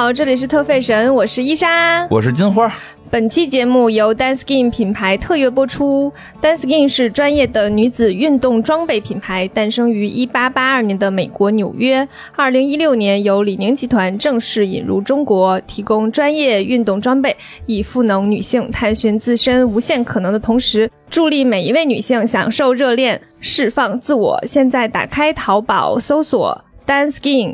好，这里是特费神，我是伊莎， 我是金花。 本期节目由 Danskin 品牌特约播出。Danskin 是专业的女子运动装备品牌，诞生于1882年的美国纽约，2016年由李宁集团正式引入中国，提供专业运动装备，以赋能女性探寻自身无限可能的同时，助力每一位女性享受热恋，释放自我。现在打开淘宝搜索 Danskin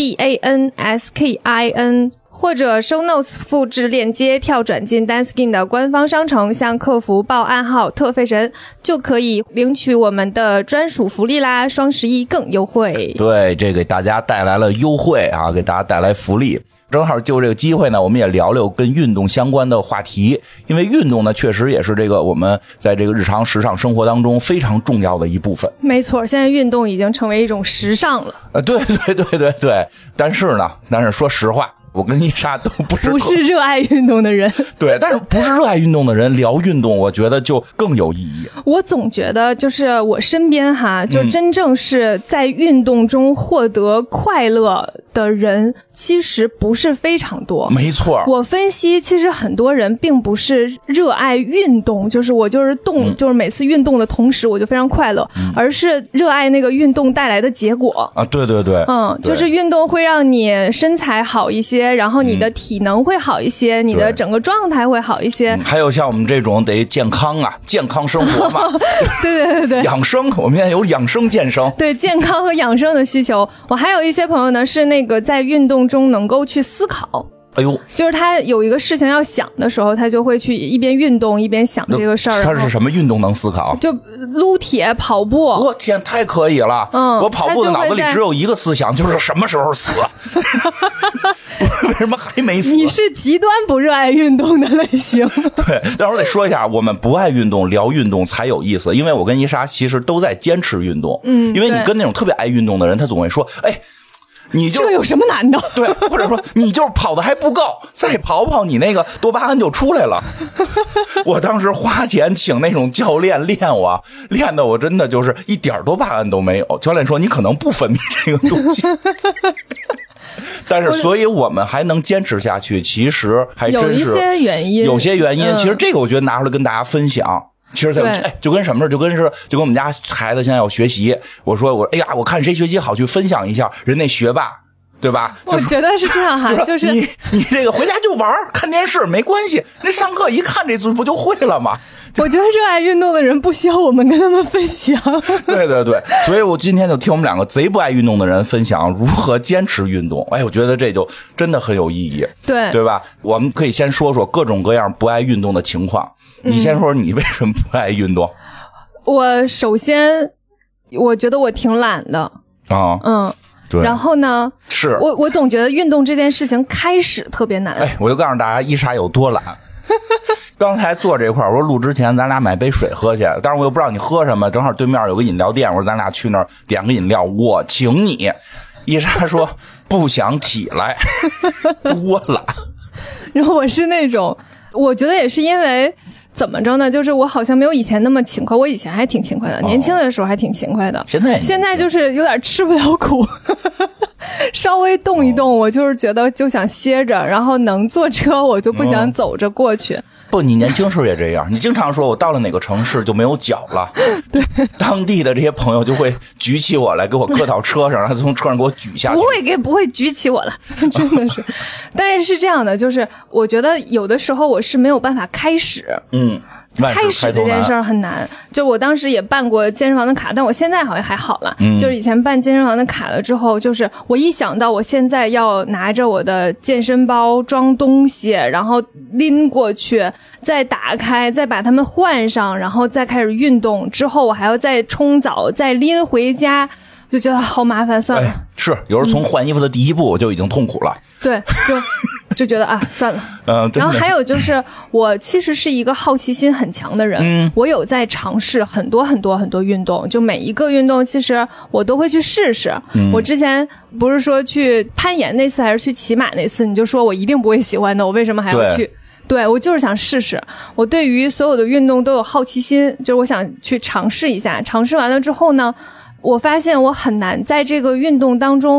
DANSKIN， 或者 show notes 复制链接跳转进 Danskin 的官方商城，向客服报暗号特费神，就可以领取我们的专属福利啦，双11更优惠。 对，这给大家带来了优惠啊，给大家带来福利。正好就这个机会呢，我们也聊聊跟运动相关的话题，因为运动呢确实也是这个我们在这个日常时尚生活当中非常重要的一部分。 没错，现在运动已经成为一种时尚了。 对，但是说实话，我跟伊莎都不是热爱运动的人。 对，但是不是热爱运动的人聊运动，我觉得就更有意义。 我总觉得就是我身边就真正是在运动中获得快乐的人其实不是非常多。 没错， 我分析其实很多人并不是热爱运动，就是我就是就是每次运动的同时我就非常快乐，而是热爱那个运动带来的结果啊。对， 就是运动会让你身材好一些，然后你的体能会好一些，你的整个状态会好一些。 还有像我们这种得健康啊，健康生活嘛。 对， 养生，我们现在有养生健身。 对，健康和养生的需求。我还有一些朋友呢是那个在运动中能够去思考。 哎呦， 就是他有一个事情要想的时候，他就会去一边运动一边想这个事儿。 他是什么运动能思考？ 就撸铁、跑步。 我天，太可以了！我跑步的脑子里只有一个思想，就是什么时候死。为什么还没死？ 你是极端不热爱运动的类型。 对，但是我得说一下，我们不爱运动聊运动才有意思，因为我跟伊莎其实都在坚持运动。因为你跟那种特别爱运动的人，他总会说，哎。你就这有什么难的？ 对，或者说你就是跑的还不够，再跑你那个多巴胺就出来了。我当时花钱请那种教练练我，练的我真的就是一点多巴胺都没有。教练说你可能不分泌这个东西。但是所以我们还能坚持下去，其实还真是有一些原因。 其实这个我觉得拿出来跟大家分享。其实就跟什么事，就跟我们家孩子现在要学习，我说哎呀，我看谁学习好去分享一下人那学霸，对吧？ 我觉得是这样哈，就是你这个回家就玩看电视没关系，那上课一看这字不就会了吗？ 我觉得热爱运动的人不需要我们跟他们分享。 对，所以我今天就听我们两个贼不爱运动的人分享如何坚持运动。哎，我觉得这就真的很有意义，对吧？我们可以先说说各种各样不爱运动的情况。你先说你为什么不爱运动？ 我首先我觉得我挺懒的啊。对， 然后呢， 是我总觉得运动这件事情开始特别难。 哎，我就告诉大家伊莎有多懒。刚才坐这块儿，我说录之前咱俩买杯水喝去，当然我又不知道你喝什么，正好对面有个饮料店，我说咱俩去那儿点个饮料，我请你。伊莎说不想起来，多懒。 然后我是那种，我觉得也是因为怎么着呢，就是我好像没有以前那么勤快，我以前还挺勤快的，年轻的时候还挺勤快的，现在就是有点吃不了苦。稍微动一动我就是觉得就想歇着，然后能坐车我就不想走着过去。 不，你年轻时候也这样，你经常说我到了哪个城市就没有脚了。 对， 当地的这些朋友就会举起我来给我搁到车上，然后从车上给我举下去。 不会举起我来，真的是。但是这样的，就是我觉得有的时候我是没有办法开始。开始这件事儿很难。就我当时也办过健身房的卡，但我现在好像还好了。就是以前办健身房的卡了之后，就是我一想到我现在要拿着我的健身包装东西，然后拎过去，再打开，再把它们换上，然后再开始运动，之后我还要再冲澡，再拎回家，就觉得好麻烦，算了。 是有时候从换衣服的第一步我就已经痛苦了。 对，就觉得算了。然后还有就是我其实是一个好奇心很强的人。我有在尝试很多运动，就每一个运动其实我都会去试试。我之前不是说去攀岩那次还是去骑马那次，你就说我一定不会喜欢的，我为什么还要去？对，我就是想试试。我对于所有的运动都有好奇心，就是我想去尝试一下。尝试完了之后呢，我发现我很难在这个运动当中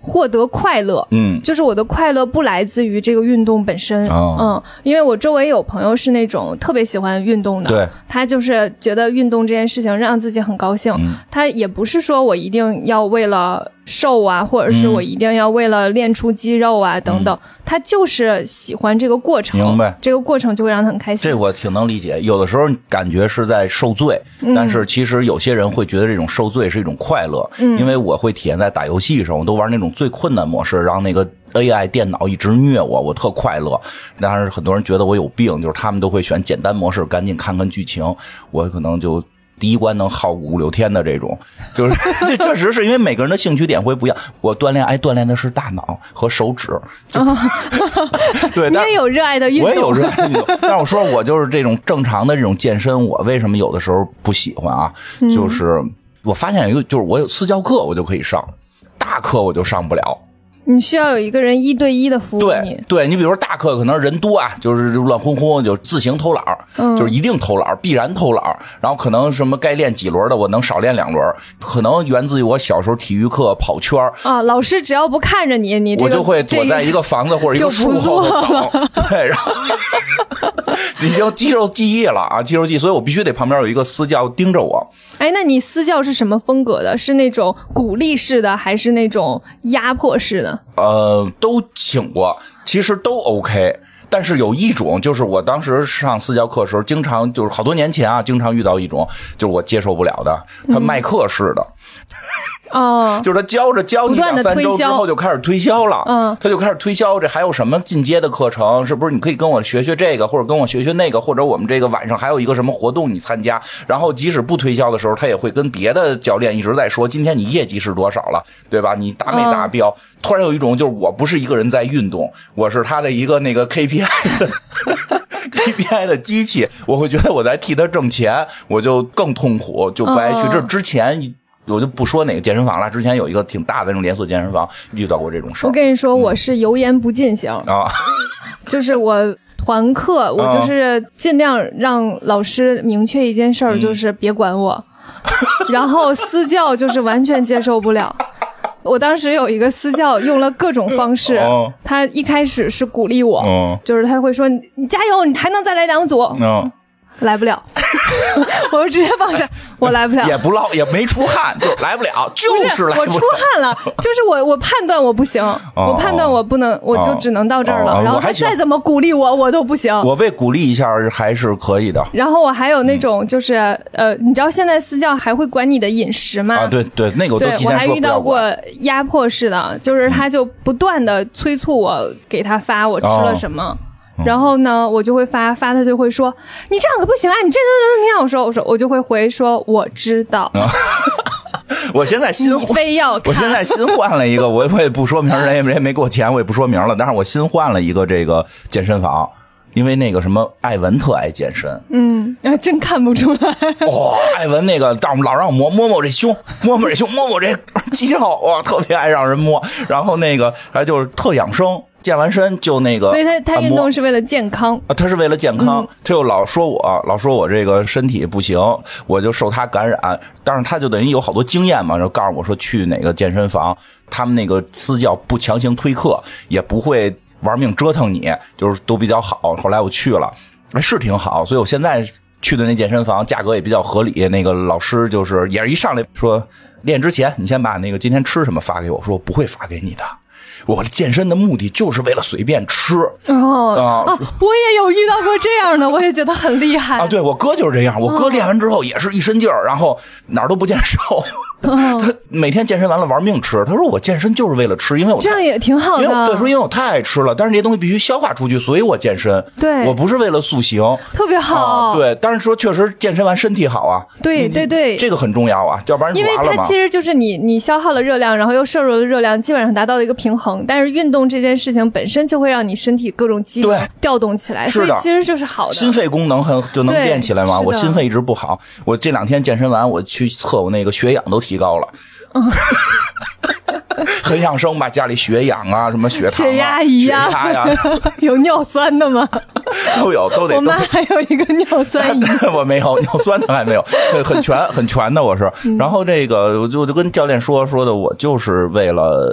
获得快乐，就是我的快乐不来自于这个运动本身，因为我周围有朋友是那种特别喜欢运动的， 对， 他就是觉得运动这件事情让自己很高兴，他也不是说我一定要为了瘦啊，或者是我一定要为了练出肌肉啊等等，他就是喜欢这个过程， 明白， 这个过程就会让他很开心。 这我挺能理解，有的时候感觉是在受罪，但是其实有些人会觉得这种受罪是一种快乐，因为我会体验在打游戏上，我都玩那种最困难模式，让那个 AI 电脑一直虐我特快乐。当然很多人觉得我有病，就是他们都会选简单模式，赶紧看看剧情，我可能就第一关能耗5、6天的这种，就是确实是因为每个人的兴趣点会不一样。我锻炼的是大脑和手指。对， 你也有热爱的运动， 我也有热爱的运动。但是我说我就是这种正常的这种健身，我为什么有的时候不喜欢啊？就是我发现有一个，就是我有私教课我就可以上，大课我就上不了。 你需要有一个人1对1的服务你。 对，你比如说大课可能人多啊，就是乱哄哄，就自行偷懒，就是一定偷懒，必然偷懒。然后可能什么该练几轮的，我能少练2轮，可能源自于我小时候体育课跑圈啊。老师只要不看着你， 我就会躲在一个房子或者一个树后头等。对，然后已经肌肉记忆了啊，肌肉记忆，所以我必须得旁边有一个私教盯着我。 哎，那你私教是什么风格的？是那种鼓励式的，还是那种压迫式的？ 都请过，其实都 OK。但是有一种，就是我当时上私教课的时候，经常就是好多年前啊，经常遇到一种，就是我接受不了的，他卖课式的。就是他教你2、3周之后就开始推销了，他就开始推销这还有什么进阶的课程，是不是你可以跟我学学这个，或者跟我学学那个，或者我们这个晚上还有一个什么活动你参加。然后即使不推销的时候，他也会跟别的教练一直在说今天你业绩是多少了，对吧？你达没达标？突然有一种就是我不是一个人在运动，我是他的一个那个 KPI 的KPI 的机器，我会觉得我在替他挣钱，我就更痛苦，就不爱去。这之前我就不说哪个健身房了，之前有一个挺大的那种连锁健身房遇到过这种事。 我跟你说，我是油盐不进型啊，就是我团课，我就是尽量让老师明确一件事儿，就是别管我。然后私教就是完全接受不了。我当时有一个私教用了各种方式，他一开始是鼓励我，就是他会说你加油，你还能再来2组。来不了，我就直接放下，我来不了， 也不落，也没出汗，就来不了，就是来不了。 我出汗了，就是我判断我不行，我判断我不能，我就只能到这儿了。然后他再怎么鼓励我都不行。 我被鼓励一下还是可以的。 然后我还有那种就是你知道现在私教还会管你的饮食吗？ 啊，对对，那个我都提前说不要管。 我还遇到过压迫式的，就是他就不断的催促我给他发我吃了什么。然后呢，我就会发，他就会说你这样可不行啊，你这怎么样？我就会回说我知道。 我现在新非要看， 我现在新换了一个，我也不说名，人也没给我钱，我也不说名了。但是我新换了一个这个健身房，因为那个什么艾文特爱健身， 真看不出来。 艾文那个老让我摸我这胸，摸我这肌肉，哇，特别爱让人摸。然后那个还就是特养生。健完身就那个， 所以他运动是为了健康啊，他是为了健康，他又老说我这个身体不行，我就受他感染，但是他就等于有好多经验嘛，然后告诉我说去哪个健身房，他们那个私教不强行推课，也不会玩命折腾你，就是都比较好。后来我去了，是挺好，所以我现在去的那健身房价格也比较合理。那个老师就是也是一上来说练之前，你先把那个今天吃什么发给我，说我不会发给你的。我健身的目的就是为了随便吃我也有遇到过这样的，我也觉得很厉害啊。对，我哥就是这样，我哥练完之后也是一身劲儿，然后哪儿都不见瘦。他每天健身完了玩命吃，他说我健身就是为了吃，因为我这样也挺好的。 对，说因为我太爱吃了，但是这些东西必须消化出去，所以我健身。 对， 我不是为了塑形， 特别好。 对，但是说确实健身完身体好啊。 对对对， 这个很重要啊，要不然因为它其实就是你消耗了热量，然后又摄入了热量，基本上达到了一个平衡。但是运动这件事情本身就会让你身体各种机能调动起来，所以其实就是好的。 心肺功能就能练起来嘛。我心肺一直不好，我这2天健身完，我去测我那个血氧都提高了。很养生吧，家里血氧啊，什么血糖、 血压仪啊， 血压呀， 有尿酸的吗？ 都有，都得。 我妈还有一个尿酸仪， 我没有，尿酸的还没有，很全的我是。然后这个我就跟教练说的，我就是为了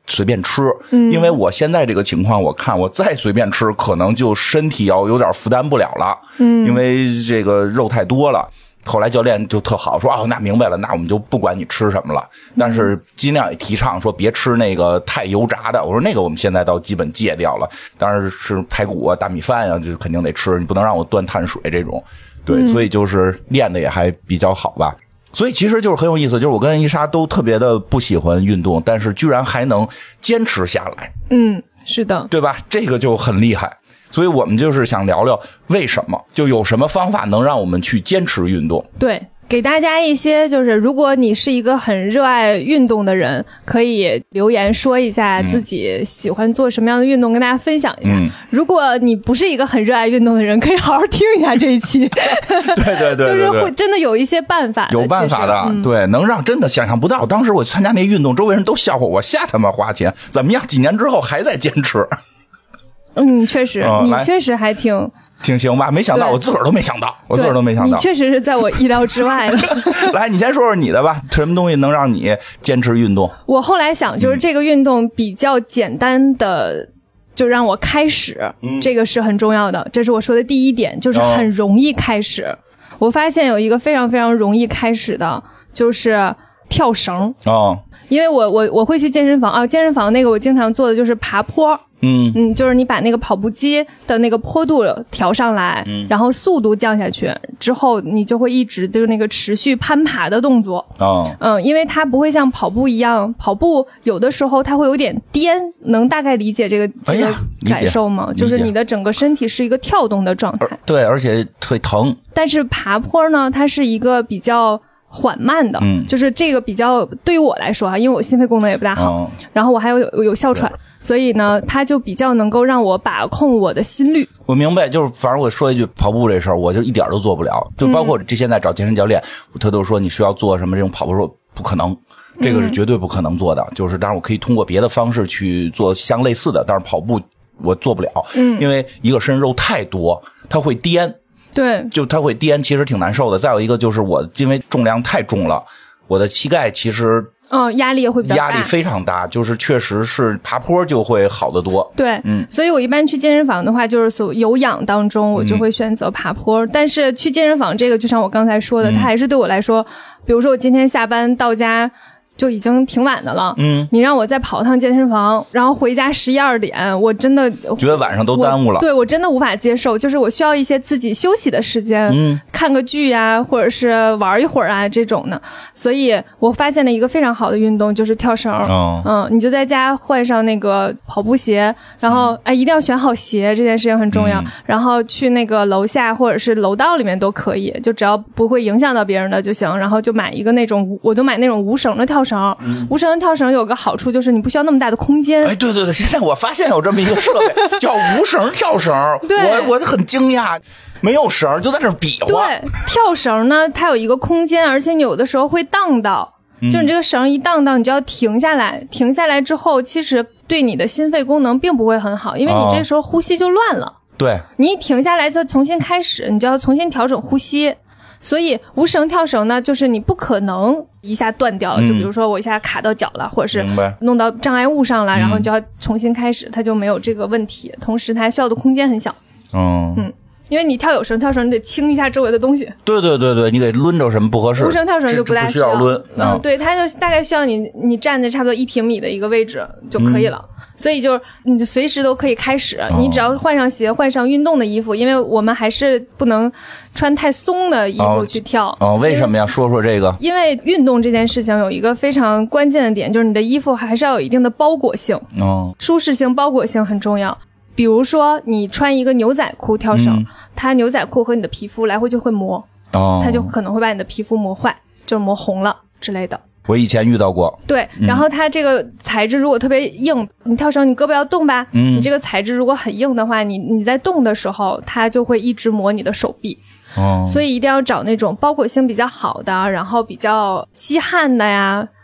随便吃，因为我现在这个情况，我看我再随便吃，可能就身体要有点负担不了了，因为这个肉太多了。后来教练就特好说那明白了，那我们就不管你吃什么了，但是尽量也提倡说别吃那个太油炸的。我说那个我们现在倒基本戒掉了，当然是排骨啊、大米饭啊，就肯定得吃，你不能让我断碳水这种。对，所以就是练的也还比较好吧。所以其实就是很有意思，就是我跟伊莎都特别的不喜欢运动，但是居然还能坚持下来。 是的， 对吧？这个就很厉害。所以我们就是想聊聊为什么，就有什么方法能让我们去坚持运动。 对，给大家一些就是如果你是一个很热爱运动的人，可以留言说一下自己喜欢做什么样的运动，跟大家分享一下。如果你不是一个很热爱运动的人，可以好好听一下这一期。 对， 就是会真的有一些办法的， 有办法的，对，能让真的想象不到。当时我参加那运动，周围人都笑话我瞎他妈花钱，怎么样？几年之后还在坚持。 确实，你确实还挺行吧？没想到，我自个儿都没想到， 你确实是在我意料之外的。 来，你先说说你的吧，什么东西能让你坚持运动？ 我后来想，就是这个运动比较简单的，就让我开始，这个是很重要的。这是我说的第一点，就是很容易开始。我发现有一个非常非常容易开始的，就是跳绳。因为我会去健身房健身房那个我经常做的就是爬坡。就是你把那个跑步机的那个坡度调上来，然后速度降下去之后，你就会一直就是那个持续攀爬的动作。因为它不会像跑步一样，跑步有的时候它会有点颠，能大概理解这个感受吗？就是你的整个身体是一个跳动的状态。 对，而且会疼。但是爬坡呢，它是一个比较缓慢的，就是这个比较对于我来说因为我心肺功能也不大好，然后我还有哮喘，所以呢它就比较能够让我把控我的心率。 我明白，就是反正我说一句跑步这事儿，我就一点都做不了，就包括这现在找健身教练，他都说你需要做什么这种跑步，说不可能，这个是绝对不可能做的。就是当然我可以通过别的方式去做相类似的，但是跑步我做不了，因为一个身肉太多，它会颠。 对， 就它会颠，其实挺难受的。再有一个就是我因为重量太重了，我的膝盖其实压力也会比较大， 压力非常大，就是确实是爬坡就会好得多。 对，所以我一般去健身房的话，就是有氧当中我就会选择爬坡，但是去健身房这个就像我刚才说的，它还是对我来说，比如说我今天下班到家就已经挺晚的了，你让我再跑趟健身房，然后回家11、12点，我真的觉得晚上都耽误了。 对，我真的无法接受，就是我需要一些自己休息的时间，看个剧啊，或者是玩一会儿啊这种的。所以我发现了一个非常好的运动，就是跳绳。你就在家换上那个跑步鞋，然后一定要选好鞋，这件事情很重要。然后去那个楼下或者是楼道里面都可以，就只要不会影响到别人的就行。然后就买一个那种，我就买那种无绳的跳绳。无绳的跳绳有个好处就是你不需要那么大的空间。 对，现在我发现有这么一个设备叫无绳跳绳。我很惊讶，没有绳就在那比划。 对，跳绳呢它有一个空间，而且你有的时候会荡到，就你这个绳一荡到你就要停下来，停下来之后其实对你的心肺功能并不会很好，因为你这时候呼吸就乱了。 对， 你一停下来就重新开始，你就要重新调整呼吸。所以无绳跳绳呢，就是你不可能一下断掉了，就比如说我一下卡到脚了，或者是弄到障碍物上了，然后你就要重新开始，它就没有这个问题。同时它需要的空间很小。因为你跳有绳跳绳，你得清一下周围的东西。对， 你得抡着什么不合适。 无绳跳绳就不大需要抡。 对，它就大概需要你站在差不多1平米的一个位置就可以了。所以就是你就随时都可以开始，你只要换上鞋，换上运动的衣服，因为我们还是不能穿太松的衣服去跳。 为什么呀？说说这个。 因为运动这件事情有一个非常关键的点，就是你的衣服还是要有一定的包裹性。舒适性、包裹性很重要。比如说你穿一个牛仔裤跳绳，它牛仔裤和你的皮肤来回就会磨，它就可能会把你的皮肤磨坏，就是磨红了之类的。 我以前遇到过。 对，然后它这个材质如果特别硬，你跳绳你胳膊要动吧，你这个材质如果很硬的话，你在动的时候它就会一直磨你的手臂。所以一定要找那种包裹性比较好的，然后比较吸汗的呀，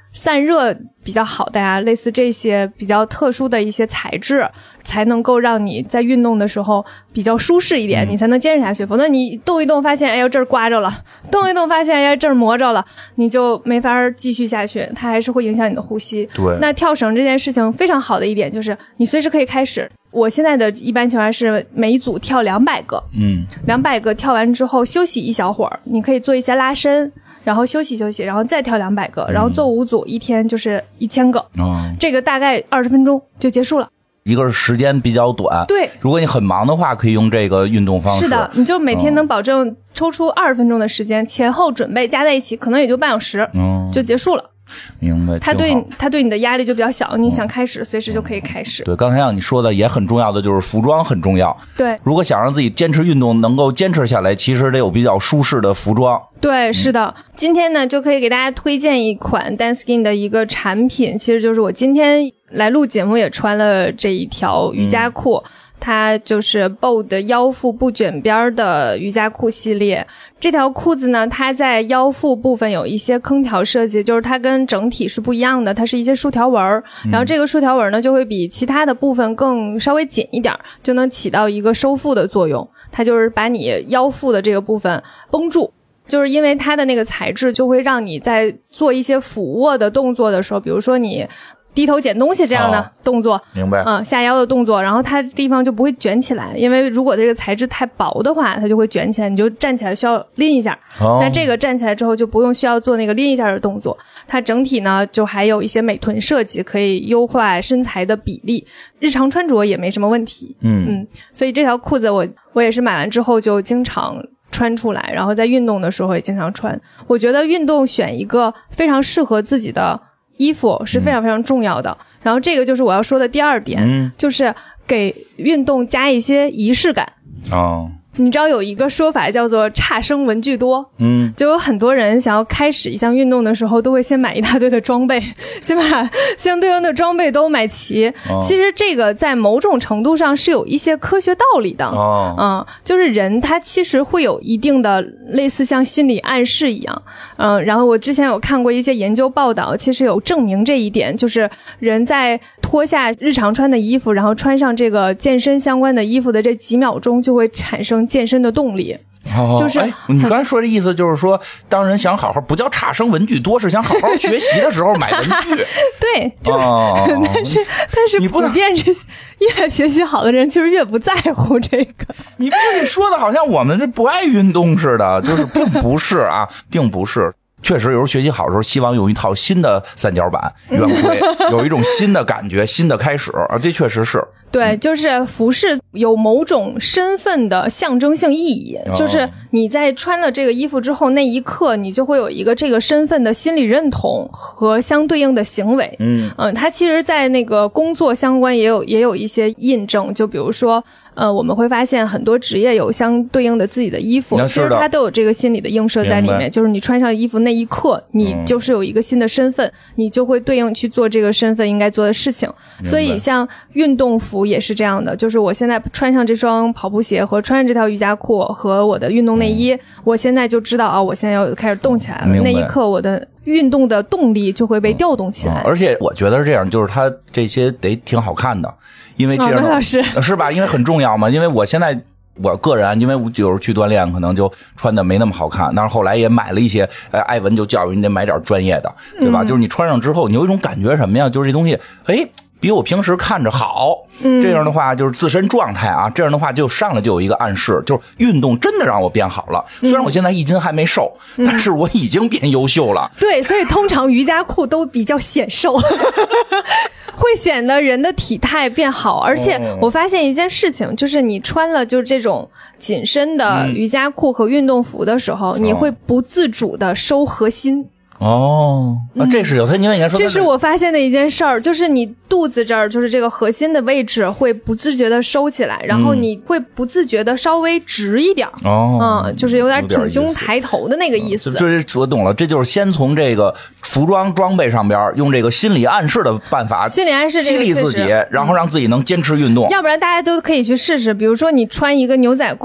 散热比较好的呀，类似这些比较特殊的一些材质，才能够让你在运动的时候比较舒适一点，你才能坚持下去。否则你动一动发现哎呦这儿刮着了，动一动发现哎呀这儿磨着了，你就没法继续下去，它还是会影响你的呼吸。 对， 那跳绳这件事情非常好的一点就是你随时可以开始。我现在的一般情况是每一组跳200个，200个跳完之后休息一小会儿，你可以做一些拉伸，然后休息休息，然后再跳200个，然后做5组，一天就是1000个，这个大概20分钟就结束了。 一个是时间比较短， 对， 如果你很忙的话，可以用这个运动方式。 是的，你就每天能保证抽出20分钟的时间，前后准备加在一起，可能也就半小时，就结束了。 明白， 他对你的压力就比较小，你想开始随时就可以开始。 对，刚才像你说的也很重要的就是服装很重要。 对， 如果想让自己坚持运动能够坚持下来，其实得有比较舒适的服装。 对，是的。今天呢就可以给大家推荐一款 Danskin 的一个产品，其实就是我今天来录节目也穿了这一条瑜伽裤。它就是 BOD 腰腹不卷边的瑜伽裤系列。这条裤子呢，它在腰腹部分有一些坑条设计，就是它跟整体是不一样的，它是一些竖条纹，然后这个竖条纹呢就会比其他的部分更稍微紧一点，就能起到一个收腹的作用。它就是把你腰腹的这个部分绷住，就是因为它的那个材质就会让你在做一些俯卧的动作的时候，比如说你低头捡东西这样的动作， 明白？ 下腰的动作，然后它地方就不会卷起来，因为如果这个材质太薄的话，它就会卷起来，你就站起来需要拎一下。但这个站起来之后就不用需要做那个拎一下的动作。它整体呢就还有一些美臀设计，可以优化身材的比例，日常穿着也没什么问题。所以这条裤子我也是买完之后就经常穿出来，然后在运动的时候也经常穿。我觉得运动选一个非常适合自己的衣服是非常非常重要的。然后这个就是我要说的第二点，就是给运动加一些仪式感。你知道有一个说法叫做差生文具多，就有很多人想要开始一项运动的时候都会先买一大堆的装备，先把相对应的装备都买齐。其实这个在某种程度上是有一些科学道理的。就是人他其实会有一定的类似像心理暗示一样。然后我之前有看过一些研究报道，其实有证明这一点，就是人在脱下日常穿的衣服，然后穿上这个健身相关的衣服的这几秒钟就会产生健身的动力。 就是你刚才说的意思就是说，当人想好好不叫差生文具多，是想好好学习的时候买文具。 对，就是但是普遍这越学习好的人其实越不在乎这个。 你说的好像我们这不爱运动似的，就是并不是啊，并不是。确实有时候学习好的时候希望有一套新的三角板圆规，有一种新的感觉，新的开始啊，这确实是。 对，就是服饰有某种身份的象征性意义，就是你在穿了这个衣服之后那一刻你就会有一个这个身份的心理认同和相对应的行为。它其实在那个工作相关也有一些印证，就比如说我们会发现很多职业有相对应的自己的衣服，其实它都有这个心理的映射在里面，就是你穿上衣服那一刻你就是有一个新的身份，你就会对应去做这个身份应该做的事情。所以像运动服也是这样的，就是我现在穿上这双跑步鞋和穿上这条瑜伽裤和我的运动内衣，我现在就知道我现在要开始动起来了，那一刻我的运动的动力就会被调动起来。 而且我觉得是这样，就是它这些得挺好看的，因为这样是吧？因为很重要嘛。因为我现在我个人，因为有时候去锻炼可能就穿的没那么好看，但是后来也买了一些，艾文就教育你得买点专业的，对吧？就是你穿上之后你有一种感觉什么呀，就是这东西比我平时看着好，这样的话就是自身状态啊，这样的话就上来就有一个暗示，就是运动真的让我变好了。虽然我现在1斤还没瘦，但是我已经变优秀了。 对，所以通常瑜伽裤都比较显瘦，会显得人的体态变好。而且我发现一件事情，就是你穿了就是这种紧身的瑜伽裤和运动服的时候，你会不自主的收核心。 这是有他，因为你说这是我发现的一件事儿，就是你肚子这儿，就是这个核心的位置会不自觉的收起来，然后你会不自觉的稍微直一点。就是有点挺胸抬头的那个意思。 这我懂了，这就是先从这个服装装备上边用这个心理暗示的办法， 心理暗示激励自己，然后让自己能坚持运动。 要不然大家都可以去试试，比如说你穿一个牛仔裤，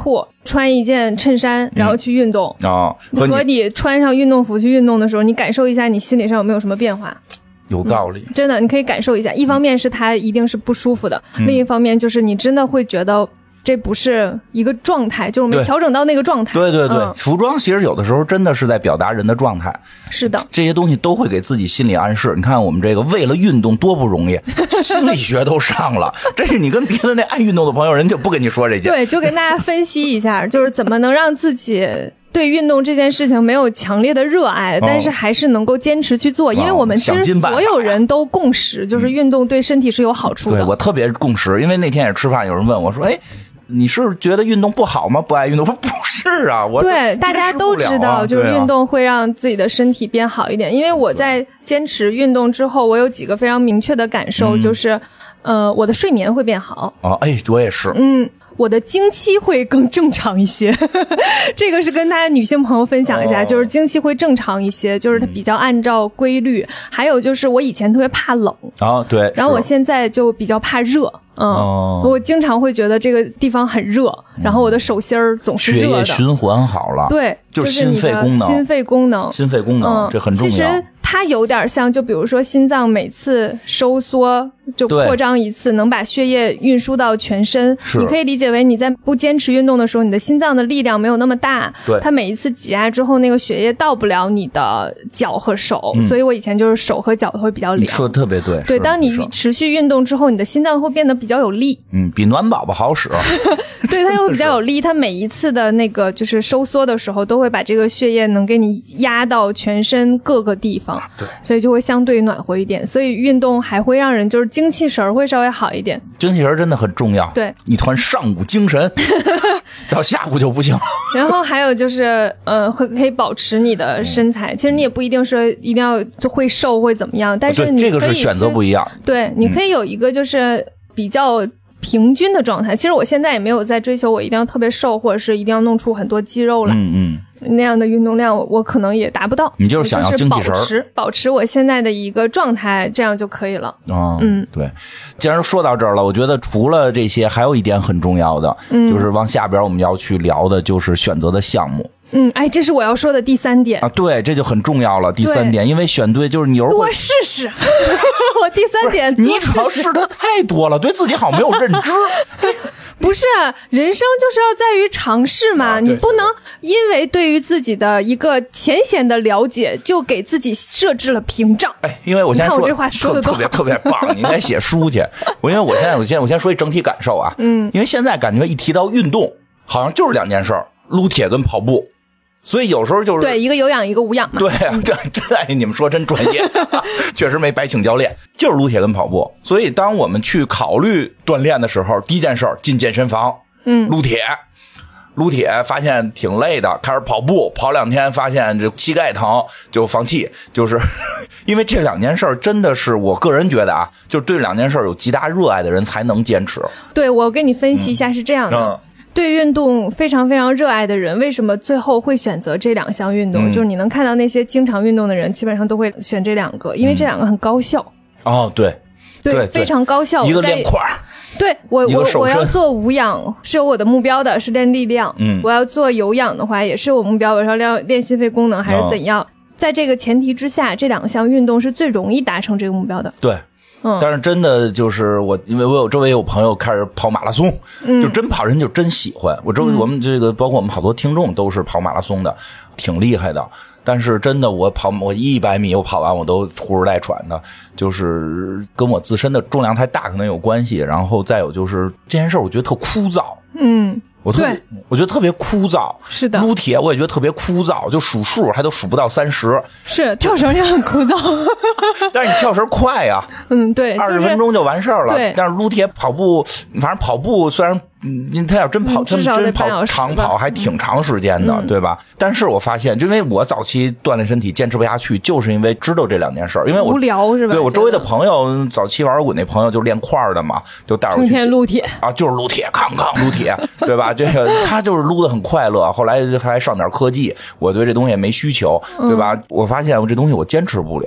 穿一件衬衫然后去运动和你穿上运动服去运动的时候，你感受一下你心理上有没有什么变化。 有道理， 真的你可以感受一下，一方面是它一定是不舒服的，另一方面就是你真的会觉得这不是一个状态，就是我们调整到那个状态。 对对对，服装其实有的时候真的是在表达人的状态。 是的， 这些东西都会给自己心理暗示。你看我们这个为了运动多不容易，心理学都上了。这是你跟别的那爱运动的朋友，人就不跟你说这些。 对，就跟大家分析一下，就是怎么能让自己对运动这件事情没有强烈的热爱，但是还是能够坚持去做。因为我们其实所有人都共识，就是运动对身体是有好处的。 对，我特别共识，因为那天也吃饭，有人问我说：“哎。”你是觉得运动不好吗？不爱运动？我说不是啊， 对，大家都知道，就是运动会让自己的身体变好一点。因为我在坚持运动之后，我有几个非常明确的感受，就是我的睡眠会变好。 哎，我也是。 我的经期会更正常一些这个是跟大家女性朋友分享一下，就是经期会正常一些，就是它比较按照规律。还有就是我以前特别怕冷对， 然后我现在就比较怕热。我经常会觉得这个地方很热，然后我的手心儿总是热的。 血液循环好了， 对， 就是心肺功能， 这很重要。 其实它有点像，就比如说心脏每次收缩就扩张一次，能把血液运输到全身。你可以理解为你在不坚持运动的时候，你的心脏的力量没有那么大， 对， 它每一次挤压之后，那个血液到不了你的脚和手，所以我以前就是手和脚会比较凉。你说的特别对。 对，当你持续运动之后，你的心脏会变得比较有力， 比暖宝宝好使。 对，它又比较有力，它每一次的那个就是收缩的时候，都会把这个血液能给你压到全身各个地方， 对， 所以就会相对暖和一点。所以运动还会让人就是精气神会稍微好一点。 精气神真的很重要。 对， 一团上午精神，到下午就不行。 然后还有就是可以保持你的身材。其实你也不一定是一定要就会瘦会怎么样，但是你可以这个是选择不一样。 对，你可以有一个就是比较平均的状态。其实我现在也没有在追求我一定要特别瘦，或者是一定要弄出很多肌肉来。那样的运动量我可能也达不到。 你就是想要精气神， 保持我现在的一个状态，这样就可以了。 对。既然说到这儿了，我觉得除了这些，还有一点很重要的，就是往下边我们要去聊的就是选择的项目。 这是我要说的第3点啊。对，这就很重要了。第3点，因为选对就是你有时候多试试。我第3点， 你主要试的太多了，对自己好没有认知。 不是，人生就是要在于尝试嘛，你不能因为对于自己的一个浅显的了解就给自己设置了屏障。 因为我现在说， 我这话说的特别棒，你应该写书去。因为我先说一整体感受啊，因为现在感觉一提到运动，好像就是2件事儿，撸铁跟跑步。所以有时候就是对一个有氧一个无氧嘛。 对，你们说真专业，确实没白请教练，就是撸铁跟跑步。所以当我们去考虑锻炼的时候，第一件事进健身房，撸铁发现挺累的，开始跑步，跑2天发现这膝盖疼就放弃，就是因为这2件事真的是我个人觉得啊，就是对这2件事有极大热爱的人才能坚持。 对，我给你分析一下是这样的。对运动非常非常热爱的人，为什么最后会选择这2项运动？就是你能看到那些经常运动的人，基本上都会选这2个，因为这2个很高效。对，非常高效。 一个练块， 对我要做无氧是有我的目标的，是练力量。我要做有氧的话也是我目标，我要练心肺功能还是怎样？在这个前提之下，这2项运动是最容易达成这个目标的。 对。但是真的就是因为我周围有朋友开始跑马拉松，就真跑，人就真喜欢。我们这个包括我们好多听众都是跑马拉松的，挺厉害的。但是真的我100米我跑完我都呼哧带喘的，就是跟我自身的重量太大可能有关系。然后再有就是这件事我觉得特枯燥。我觉得特别枯燥。 是的， 撸铁我也觉得特别枯燥，就数数还都数不到30。 是，跳绳也很枯燥。 但是你跳绳快呀。 对 ，20分钟就完事儿了。 对， 但是撸铁跑步，反正跑步虽然他要真跑长跑还挺长时间的，对吧？但是我发现，就因为我早期锻炼身体坚持不下去，就是因为知道这2件事，因为我无聊是吧？ 对，我周围的朋友早期玩滚那朋友就练块的嘛，就带我去天撸铁啊，就是撸铁，康撸铁，对吧？这个他就是撸得很快乐，后来还上点科技，我对这东西也没需求，对吧？我发现我这东西我坚持不了。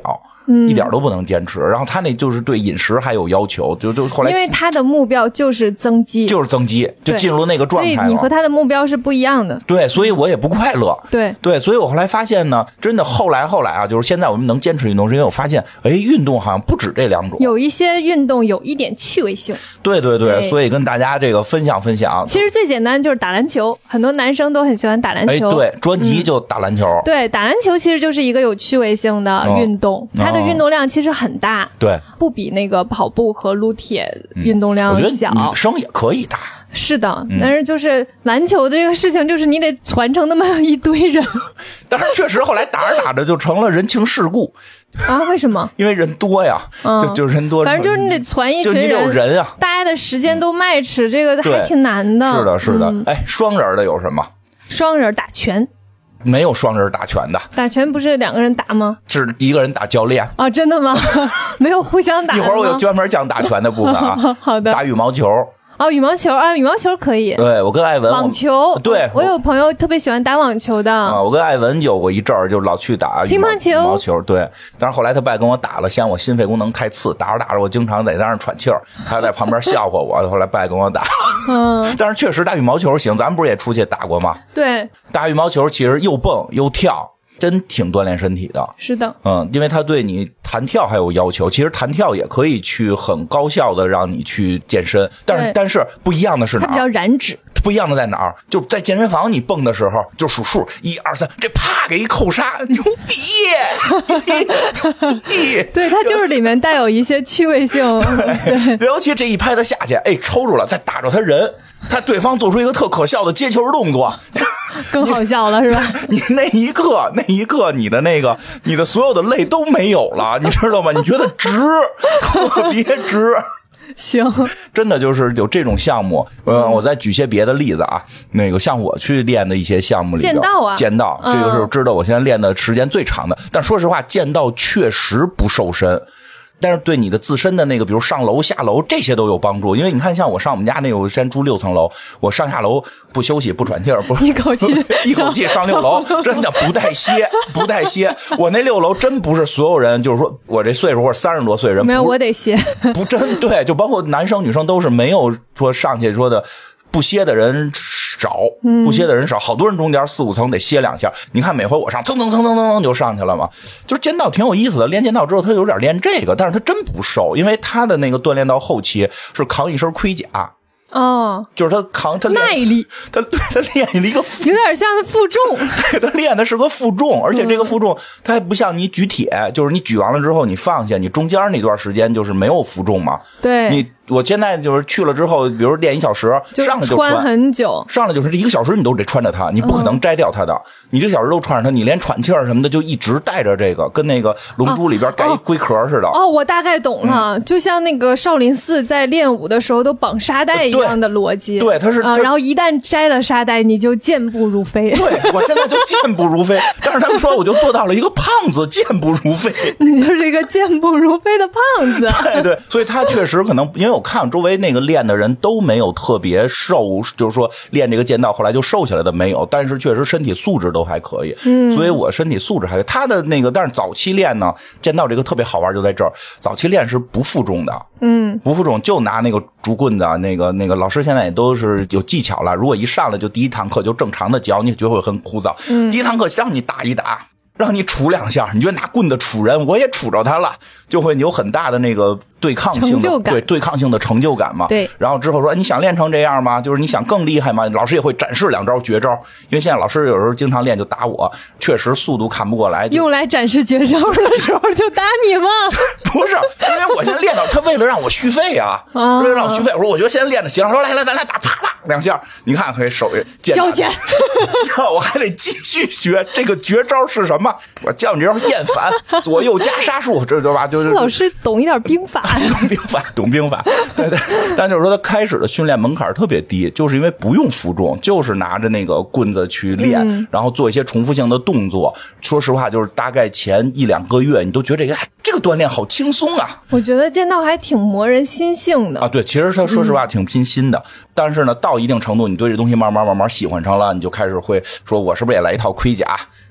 一点都不能坚持。然后他那就是对饮食还有要求，就后来因为他的目标就是增肌， 就进入那个状态了。 所以你和他的目标是不一样的。 对，所以我也不快乐。 对， 所以我后来发现呢，真的后来啊，就是现在我们能坚持运动，是因为我发现，运动好像不止这两种， 有一些运动有一点趣味性。 对，所以跟大家这个分享。 其实最简单就是打篮球，很多男生都很喜欢打篮球。 对，卓尼就打篮球。 对，打篮球其实就是一个有趣味性的运动，它的运动量其实很大。 对， 不比那个跑步和撸铁运动量小。 我觉得女生也可以打。 是的，但是就是篮球这个事情，就是你得传承那么一堆人。 但是确实后来打着打着就成了人情世故啊？为什么？ 因为人多呀，就人多， 反正就是你得传一群人， 就你得有人啊， 大家的时间都match，这个还挺难的。 是的。双人的有什么？ 双人打拳。 没有双人打拳的， 打拳不是两个人打吗？ 是一个人打教练啊？真的吗？没有互相打的吗？ 一会儿我有专门讲打拳的部分啊。 好的。 打羽毛球。 羽毛球啊，羽毛球可以。 对，我跟艾文网球， 对， 我有朋友特别喜欢打网球的啊。我跟艾文有过一阵儿，就老去打乒乓球、 羽毛球。对，但是后来他不爱跟我打了，嫌我心肺功能太次，打着打着我经常在那儿喘气儿，他在旁边笑话我，后来不爱跟我打。但是确实打羽毛球行，咱们不是也出去打过吗？ 对， 打羽毛球其实又蹦又跳。真挺锻炼身体的。 是的。 因为它对你弹跳还有要求，其实弹跳也可以去很高效的让你去健身，但是不一样的是哪儿？ 它比较燃脂。 不一样的在哪儿？就在健身房你蹦的时候就数数1、2、3，这啪给一扣杀，牛逼！ 对，它就是里面带有一些趣味性。 对，尤其这一拍他下去，抽住了，再打着他人，他对方做出一个特可笑的接球动作。 更好笑了是吧？ 你那一刻你的所有的泪都没有了，你知道吗？你觉得值，特别值。 行， 真的就是有这种项目。我再举些别的例子啊，像我去练的一些项目里， 剑道啊， 剑道这个是知道我现在练的时间最长的。但说实话，剑道确实不瘦身。但是对你的自身的比如上楼下楼这些都有帮助，因为你看像我上我们家我先住6层楼，我上下楼不休息不喘气儿，不一口气上6楼，真的不带歇。我那6楼真不是所有人，就是说我这岁数或者30多岁人没有我得歇， 不真对，就包括男生女生都是没有说上去说的。不歇的人少，好多人中间4、5层得歇2下。你看每回我上蹭就上去了嘛。就是剑道挺有意思的，练剑道之后他有点练这个，但是他真不瘦，因为他的锻炼到后期是扛一身盔甲。就是他扛他耐力， 他练了一个有点像负重， 对，他练的是个负重，而且这个负重他还不像你举铁，就是你举完了之后你放下，你中间那段时间就是没有负重嘛。 对， 我现在就是去了之后，比如练1小时，上来就穿很久， 上来就是这1个小时你都得穿着它，你不可能摘掉它的，你1个小时都穿着它，你连喘气儿什么的就一直带着这个，跟那个龙珠里边盖一龟壳似的。 我大概懂了，就像那个少林寺在练武的时候都绑沙袋一样的逻辑。 对，它是然后一旦摘了沙袋，你就健步如飞。 对，我现在就健步如飞，但是他们说我就做到了一个胖子健步如飞， 你就是一个健步如飞的胖子。 对，所以他确实可能，因为我看周围练的人都没有特别瘦，就是说练这个剑道后来就瘦下来的没有，但是确实身体素质都还可以。所以我身体素质还可以。他的但是早期练呢，剑道这个特别好玩就在这儿，早期练是不负重的。不负重就拿那个竹棍子，那个老师现在也都是有技巧了。如果一上来就第一堂课就正常的教，你就会很枯燥。第一堂课让你打一打，让你杵2下，你觉得拿棍子杵人，我也杵着他了，就会有很大的对抗性的对抗性的成就感嘛。 对， 然后之后说你想练成这样吗？就是你想更厉害吗？老师也会展示2招绝招，因为现在老师有时候经常练就打我，确实速度看不过来， 用来展示绝招的时候就打你吗？ 不是，因为我现在练到他为了让我续费啊，为了让我续费，我说我觉得现在练的行，说来咱俩打，啪啪2下，你看可以手交钱， 我还得继续学这个绝招是什么？我教你这招厌反左右加杀术，这对吧？就是老师懂一点兵法。 懂兵法，但就是说他开始的训练门槛特别低，就是因为不用负重，就是拿着那个棍子去练，然后做一些重复性的动作。说实话，就是大概前1、2个月，你都觉得这个锻炼好轻松啊。 我觉得剑道还挺磨人心性的啊。对，其实他说实话挺拼心的，但是呢，到一定程度，你对这东西慢慢喜欢上了，你就开始会说，我是不是也来一套盔甲？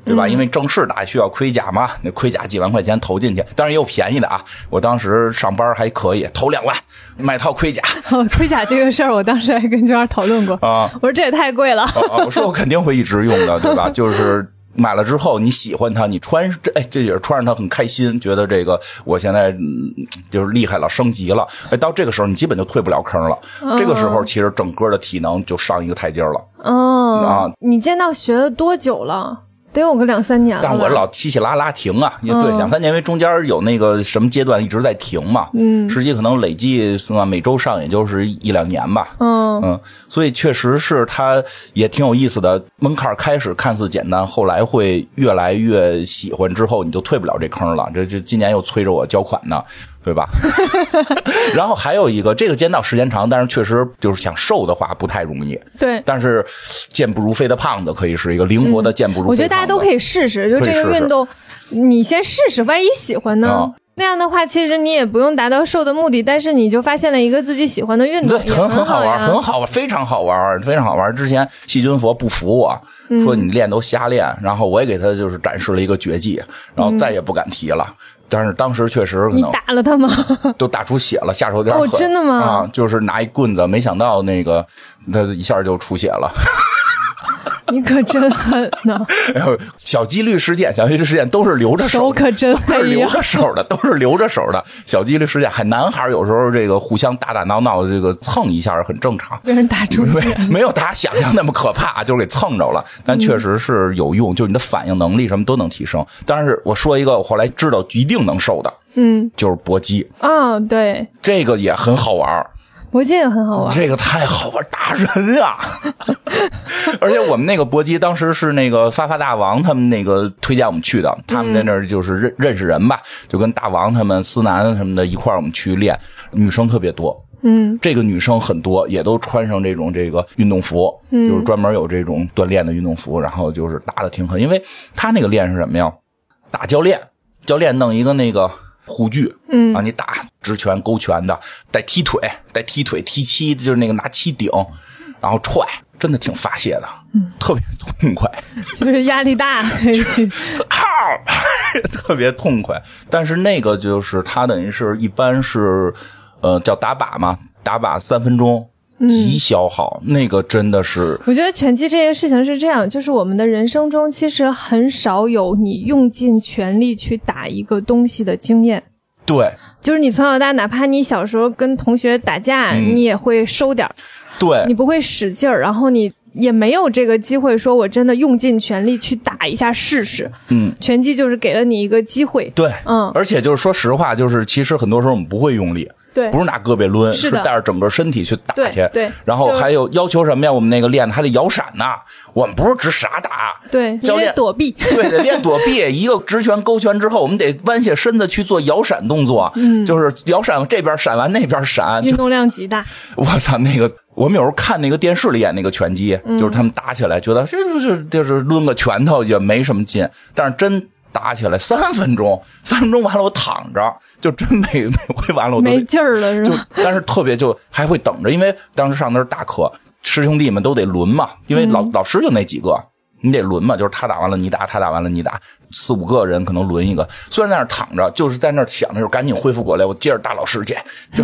对吧？因为正式打需要盔甲嘛，那盔甲几万块钱投进去，当然也有便宜的啊。我当时上班还可以，投2万买套盔甲。 盔甲这个事儿，我当时还跟娟儿讨论过啊，我说这也太贵了。 我说我肯定会一直用的，对吧？就是买了之后你喜欢它，你穿这也是穿上它很开心，觉得这个我现在就是厉害了，升级了。到这个时候你基本就退不了坑了。这个时候其实整个的体能就上一个台阶了。 你剑道学了多久了？得有个2-3年了。 但我老稀稀拉拉停啊，也对，2-3年，因为中间有那个什么阶段一直在停嘛。实际可能累计每周上也就是1-2年吧。所以确实是它也挺有意思的。门槛开始看似简单，后来会越来越喜欢，之后你就退不了这坑了。这今年又催着我交款呢。对吧？然后还有一个，这个剑道时间长，但是确实就是想瘦的话不太容易。 对， 但是健步如飞的胖子可以是一个灵活的健步如飞的胖子。 我觉得大家都可以试试，就这个运动，你先试试，万一喜欢呢？那样的话，其实你也不用达到瘦的目的，但是你就发现了一个自己喜欢的运动， 对，很好玩，很好玩，非常好玩，非常好玩。之前细菌佛不服我，说你练都瞎练，然后我也给他就是展示了一个绝技，然后再也不敢提了。但是当时确实可能你打了他吗？ 都打出血了，下手有点狠。 真的吗？ 啊，就是拿一棍子，没想到那个他一下就出血了。 你可真狠呐！ 小几率事件都是留着手可真黑呀， 留着手的，都是留着手的小几率事件。还男孩有时候这个互相打闹的，这个蹭一下很正常。 被人打出血， 没有大家想象那么可怕，就是给蹭着了。但确实是有用，就是你的反应能力什么都能提升。但是我说一个，我后来知道一定能瘦的，就是搏击。 对， 这个也很好玩。 搏击也很好玩， 这个太好玩，打人啊！而且我们那个搏击当时是那个发大王他们那个推荐我们去的，他们在那儿就是认识人吧，就跟大王他们思南什么的一块儿我们去练，女生特别多。这个女生很多，也都穿上这个运动服，就是专门有这种锻炼的运动服，然后就是打得挺狠，因为他那个练是什么呀？打教练弄一个那个护具，让你打直拳、勾拳的，带踢腿、踢膝，就是那个拿膝顶，然后踹，真的挺发泄的，特别痛快， 就是压力大可以去， 特别痛快。但是那个就是它等于是一般是，叫打靶嘛，打靶3分钟。极消耗，那个真的是。我觉得拳击这件事情是这样，就是我们的人生中其实很少有你用尽全力去打一个东西的经验。 对， 就是你从小到大，哪怕你小时候跟同学打架，你也会收点， 对， 你不会使劲儿，然后你也没有这个机会说我真的用尽全力去打一下试试。拳击就是给了你一个机会。 对，而且就是说实话，就是其实很多时候我们不会用力。 对， 不是拿胳膊抡，是带着整个身体去打去。对，然后还有要求什么呀？我们那个练还得摇闪呢。我们不是只傻打， 对， 教练躲避， 对，得练躲避。一个直拳勾拳之后，我们得弯下身子去做摇闪动作。就是摇闪，这边闪完那边闪， 运动量极大。 我操，那个我们有时候看那个电视里演那个拳击，就是他们打起来，觉得就是抡个拳头也没什么劲，但是真打起来3分钟完了我躺着，就真每回完了我都没劲儿了是吧？ 但是特别就还会等着，因为当时上的是大课，师兄弟们都得轮嘛，因为老师就那几个，你得轮嘛，就是他打完了你打，他打完了你打，4-5个人可能轮一个。虽然在那儿躺着，就是在那儿想的就是赶紧恢复过来，我接着打老师去，就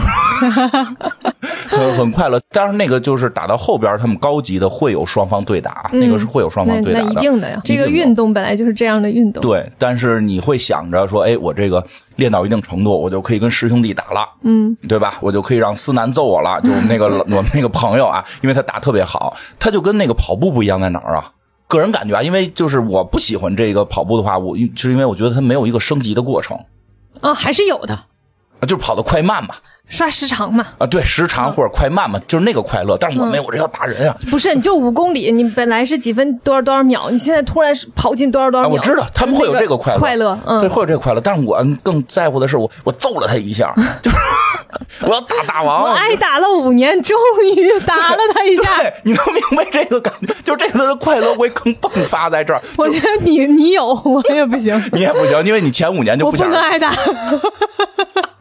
很快乐。当然那个就是打到后边，他们高级的会有双方对打，那个是会有双方对打的， 那一定的呀。这个运动本来就是这样的运动。 对，但是你会想着说，哎，我这个练到一定程度，我就可以跟师兄弟打了，对吧？我就可以让思南揍我了，就我们那个朋友啊，因为他打特别好，他就跟那个跑步不一样在哪儿啊？个人感觉啊，因为就是我不喜欢这个跑步的话，就是因为我觉得它没有一个升级的过程。 还是有的， 就是跑得快慢嘛， 刷时长嘛。 对，时长或者快慢嘛，就是那个快乐。但是我没有，我这要打人啊。 不是，你就5公里，你本来是几分多少秒，你现在突然跑进多少秒。 我知道他们会有这个快乐，对，会有这个快乐。但是我更在乎的是，我揍了他一下，就是我要打大王。 我挨打了5年，终于打了他一下。 对，你能明白这个感觉？就这个的快乐会更迸发在这儿。 我觉得你有，我也不行。 你也不行，因为你前5年就不想。 我不能挨打。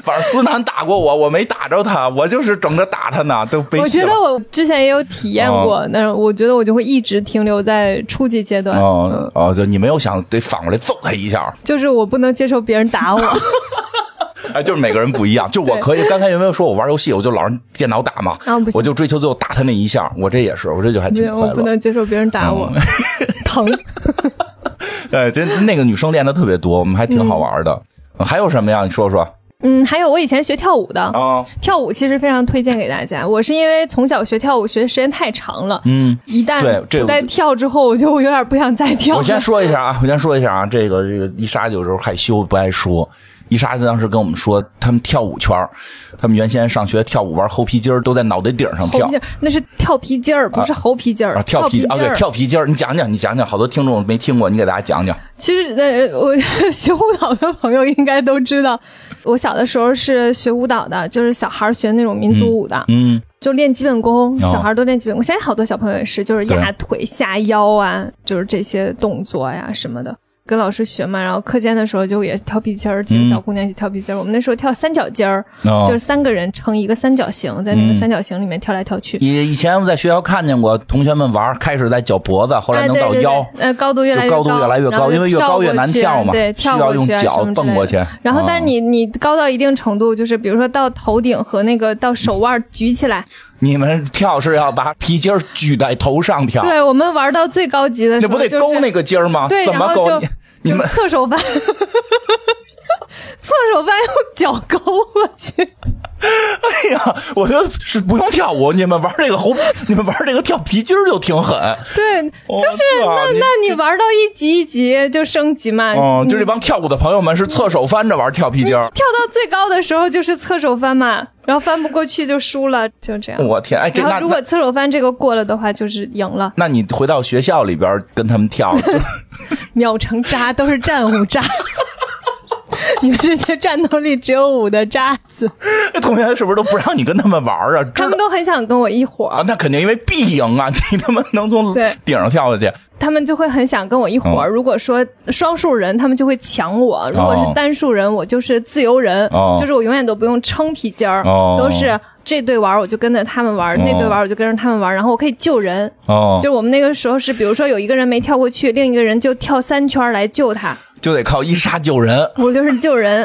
反正思南打过我没打着他，我就是整着打他呢，都背弃了。 我觉得我之前也有体验过，但是我觉得我就会一直停留在初级阶段。 就你没有想得反过来揍他一下， 就是我不能接受别人打我。 哎，就是每个人不一样，就我可以。刚才有没有说我玩游戏，我就老让电脑打嘛？我就追求最后打他那一下，我这也是，我这就还挺快乐。 我不能接受别人打我，疼。 哎，这那个女生练的特别多，我们还挺好玩的。还有什么呀？你说说。 还有我以前学跳舞的跳舞其实非常推荐给大家。我是因为从小学跳舞学的时间太长了，一旦不再跳之后，我就有点不想再跳。 我先说一下啊，这个伊莎有时候害羞不爱说。伊莎当时跟我们说，他们跳舞圈，他们原先上学跳舞玩猴皮筋都在脑袋顶上跳。 那是跳皮筋儿，不是猴皮筋儿。 跳皮对，跳皮筋儿。你讲讲，好多听众没听过，你给大家讲讲。 其实我学舞蹈的朋友应该都知道，我小的时候是学舞蹈的，就是小孩学那种民族舞的。就练基本功，小孩都练基本功。现在好多小朋友也是，就是压腿、下腰啊，就是这些动作呀什么的。跟老师学嘛，然后课间的时候就也跳皮筋儿，几个小姑娘一起跳皮筋儿。我们那时候跳三角筋儿，就是3个人成一个三角形，在那个三角形里面跳来跳去。以前我在学校看见过同学们玩，开始在脚脖子，后来能到腰， 高度越来越高， 因为越高越难跳嘛， 对， 需要用脚蹦过去。 然后，但是你高到一定程度，就是比如说到头顶和那个到手腕举起来。 你们跳是要把皮筋举在头上跳？ 对，我们玩到最高级的时候， 那不得勾那个筋儿吗？ 对， 怎么勾？ 你们侧手翻，侧手翻用脚勾过去。 哎呀，我觉得是不用跳舞，你们玩这个跳皮筋就挺狠。 对，就是那你玩到一级一级就升级嘛。 就这帮跳舞的朋友们是侧手翻着玩跳皮筋，跳到最高的时候就是侧手翻嘛，然后翻不过去就输了，就这样。 我天，哎， 然后如果侧手翻这个过了的话，就是赢了。 那你回到学校里边跟他们跳， 秒成渣，都是战五渣。你们这些战斗力只有5的渣子， 同学是不是都不让你跟他们玩啊？ 他们都很想跟我一伙儿啊，那肯定因为必赢啊！你他妈能从顶上跳下去， 他们就会很想跟我一伙儿。如果说双数人，他们就会抢我；如果是单数人，我就是自由人，就是我永远都不用撑皮筋儿，都是这队玩我就跟着他们玩，那队玩我就跟着他们玩，然后我可以救人。就是我们那个时候是，比如说有一个人没跳过去，另一个人就跳3圈来救他。 就得靠伊莎救人， 我就是救人，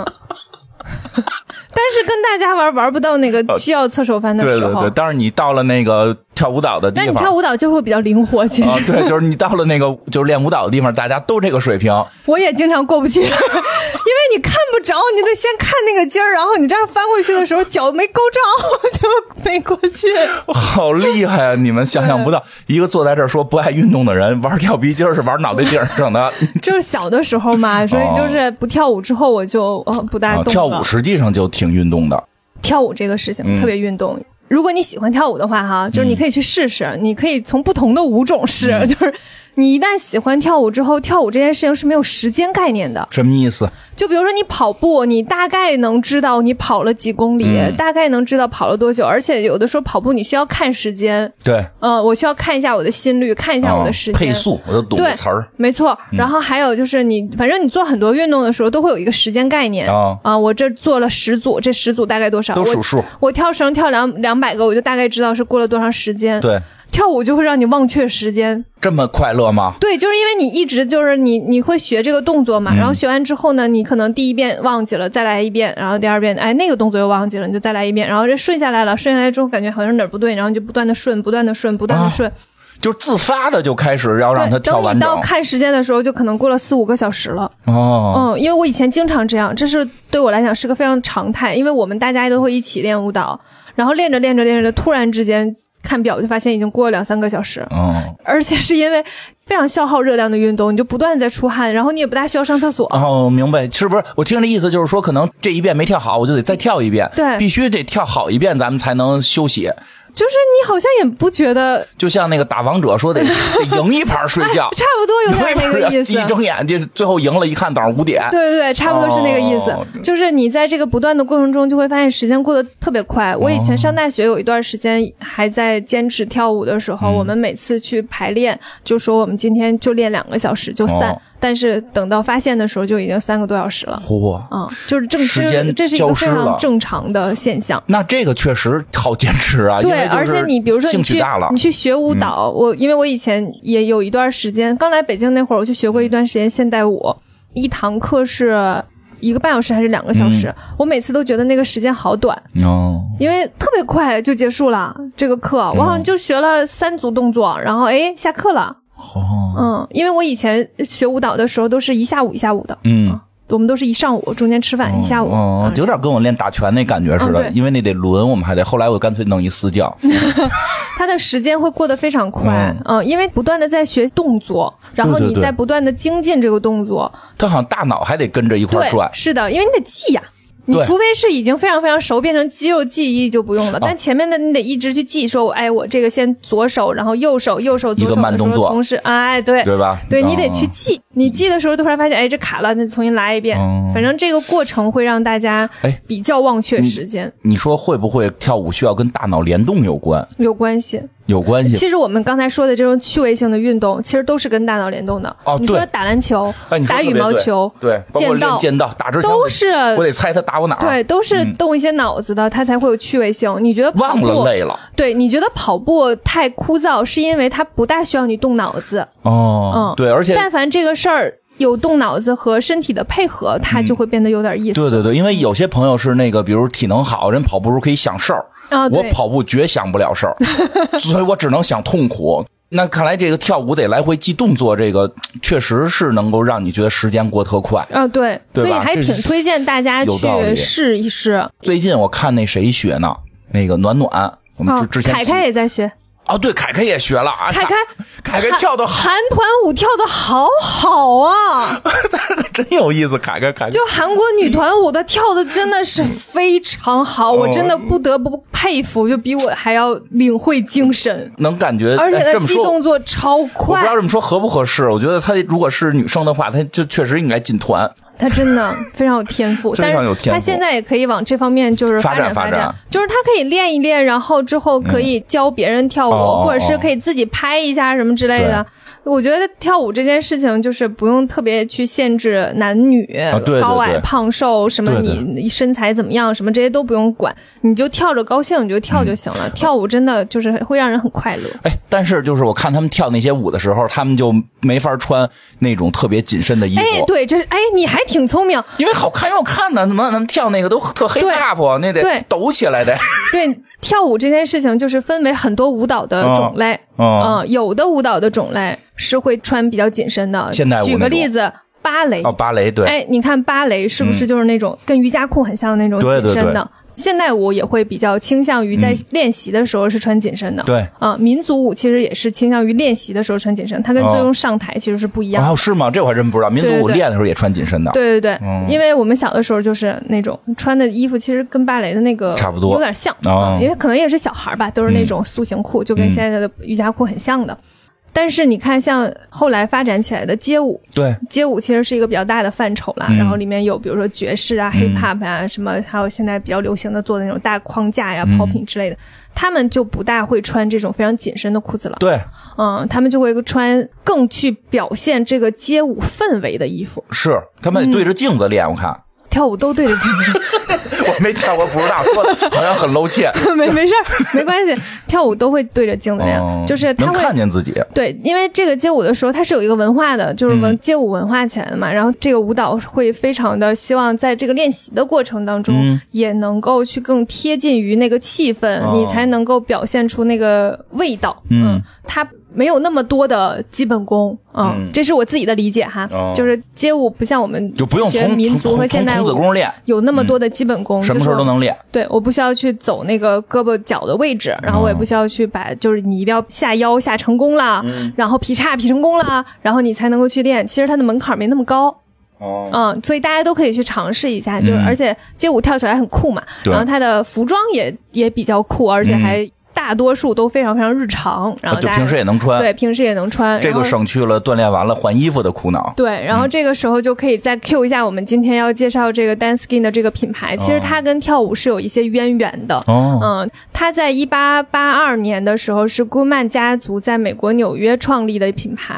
但是跟大家玩不到那个需要侧手翻的时候。 对，但是你到了那个跳舞蹈的地方， 但你跳舞蹈就会比较灵活些。 对，就是你到了那个就是练舞蹈的地方，大家都这个水平。 我也经常过不去，因为你看不着，你得先看那个筋儿，然后你这样翻过去的时候脚没勾着，就没过去。 好厉害啊！你们想象不到，一个坐在这儿说不爱运动的人玩跳皮筋是玩脑袋顶上的。 就是小的时候嘛，所以就是不跳舞之后我就不大动了。 跳舞实际上就挺运动的。 跳舞这个事情特别运动。如果你喜欢跳舞的话哈，就是你可以去试试，你可以从不同的舞种试，就是你一旦喜欢跳舞之后，跳舞这件事情是没有时间概念的。 什么意思？ 就比如说你跑步，你大概能知道你跑了几公里，大概能知道跑了多久，而且有的时候跑步你需要看时间。 对， 我需要看一下我的心率，看一下我的时间， 配速，我就懂这词儿。 没错。然后还有就是反正你做很多运动的时候都会有一个时间概念我这做了10组，这10组大概多少？ 都数数。 我跳绳跳200个，我就大概知道是过了多长时间。 对。 跳舞就会让你忘却时间， 这么快乐吗？ 对，就是因为你一直就是你会学这个动作嘛，然后学完之后呢，你可能第一遍忘记了，再来一遍，然后第二遍，哎，那个动作又忘记了，你就再来一遍，然后这顺下来了，顺下来之后感觉好像哪儿不对，然后你就不断的顺， 就自发的就开始要让他跳完整。 等你到看时间的时候，就可能过了4-5个小时了。因为我以前经常这样，这是对我来讲是个非常常态，因为我们大家都会一起练舞蹈，然后练着，突然之间看表就发现已经过了2-3个小时，而且是因为非常消耗热量的运动，你就不断的在出汗，然后你也不大需要上厕所。 明白，是不是？我听的意思就是说，可能这一遍没跳好，我就得再跳一遍， 对， 必须得跳好一遍，咱们才能休息。 就是你好像也不觉得， 就像那个打王者说得赢一盘睡觉， 差不多有点那个意思。 一睁眼就最后赢了，一看早上5点。 对，差不多是那个意思。就是你在这个不断的过程中，就会发现时间过得特别快。我以前上大学有一段时间还在坚持跳舞的时候，我们每次去排练就说我们今天就练2个小时就散。 但是等到发现的时候就已经3个多小时了。就是这是一个非常正常的现象。 那这个确实好坚持啊。 对，而且你比如说你去学舞蹈，因为我以前也有一段时间，刚来北京那会儿，我去学过一段时间现代舞，一堂课是1个半小时还是2个小时，我每次都觉得那个时间好短因为特别快就结束了这个课，我好像就学了3组动作，然后下课了。因为我以前学舞蹈的时候都是一下午的，我们都是一上午，中间吃饭一下午。 有点跟我练打拳那感觉似的，因为那得轮，我们还得，后来我干脆弄一私教。 他的时间会过得非常快，因为不断的在学动作，然后你在不断的精进这个动作， 他好像大脑还得跟着一块转。 是的，因为你得记呀。你除非是已经非常非常熟，变成肌肉记忆就不用了，但前面的你得一直去记，说我这个先左手，然后右手左手的时候同时对吧？ 对，你得去记，你记的时候突然发现这卡了，那重新来一遍。反正这个过程会让大家比较忘却时间。 你说会不会跳舞需要跟大脑联动有关？ 有关系。 其实我们刚才说的这种趣味性的运动，其实都是跟大脑联动的。你说打篮球、打羽毛球、 对，包括练剑道、打支枪， 都是我得猜他打我哪儿。 对，都是动一些脑子的，它才会有趣味性。你觉得跑步忘了累了？ 对，你觉得跑步太枯燥，是因为它不大需要你动脑子。 对，而且但凡这个事儿有动脑子和身体的配合，它就会变得有点意思。 对，因为有些朋友是那个，比如体能好，人跑步时候可以想事儿。我跑步绝想不了事儿，所以我只能想痛苦。那看来这个跳舞得来回记动作，这个确实是能够让你觉得时间过特快。 对，所以还挺推荐大家去试一试。 最近我看那谁学呢，那个暖暖，我们之前凯凯也在学。 对，凯凯也学了啊！凯凯跳的韩团舞跳的好啊， 真有意思。凯凯就韩国女团舞的跳的真的是非常好，我真的不得不佩服，就比我还要领会精神， 能感觉， 而且她记动作超快。 我不知道这么说合不合适，我觉得她如果是女生的话，她就确实应该进团。 他真的非常有天赋，但是他现在也可以往这方面就是发展，就是他可以练一练，然后之后可以教别人跳舞，或者是可以自己拍一下什么之类的。我觉得跳舞这件事情就是不用特别去限制男女、高矮胖瘦什么，你身材怎么样什么这些都不用管，你就跳着高兴你就跳就行了。跳舞真的就是会让人很快乐。 但是就是我看他们跳那些舞的时候，他们就没法穿那种特别紧身的衣服。 对，这你还挺聪明， 因为好看又好看呢。怎么咱们跳那个都特黑大夫，那得抖起来的。对， 跳舞这件事情就是分为很多舞蹈的种类。有的舞蹈的种类是会穿比较紧身的， 现代舞。 举个例子，芭蕾。 芭蕾，对。 你看芭蕾是不是就是那种跟瑜伽裤很像的那种紧身的？现代舞也会比较倾向于在练习的时候是穿紧身的。 对。 民族舞其实也是倾向于练习的时候穿紧身，它跟最终上台其实是不一样的。 是吗？这我还真不知道。民族舞练的时候也穿紧身的。 对，因为我们小的时候就是那种穿的衣服其实跟芭蕾的那个差不多， 有点像。因为可能也是小孩吧，都是那种塑形裤，就跟现在的瑜伽裤很像的。但是你看像后来发展起来的街舞， 对， 街舞其实是一个比较大的范畴啦，然后里面有比如说爵士啊、hip hop 啊什么，还有现在比较流行的做的那种大框架呀、popping 之类的，他们就不大会穿这种非常紧身的裤子了。 对， 他们就会穿更去表现这个街舞氛围的衣服。 是，他们对着镜子练，我看。 跳舞都对着镜子。 我没跳过，不知道，说的好像很露怯。 没事没关系，跳舞都会对着镜子练，就是他会能看见自己。 对，因为这个街舞的时候它是有一个文化的，就是街舞文化起来的嘛，然后这个舞蹈会非常的希望在这个练习的过程当中也能够去更贴近于那个气氛，你才能够表现出那个味道。它没有那么多的基本功，这是我自己的理解哈，就是街舞不像我们就不用学民族和现代舞有那么多的基本功， 什么时候都能练。 对，我不需要去走那个胳膊脚的位置，然后我也不需要去把就是你一定要下腰下成功了，然后劈叉劈成功了，然后你才能够去练。其实它的门槛没那么高。所以大家都可以去尝试一下，就是而且街舞跳起来很酷嘛，然后它的服装也比较酷，而且还大多数都非常非常日常，然后大家平时也能穿。 对，平时也能穿。 这个省去了锻炼完了换衣服的苦恼。 对，然后这个时候就可以再 Q 一下我们今天要介绍这个 Danskin 的这个品牌，其实它跟跳舞是有一些渊源的。它在1882年的时候是古曼家族在美国纽约创立的品牌。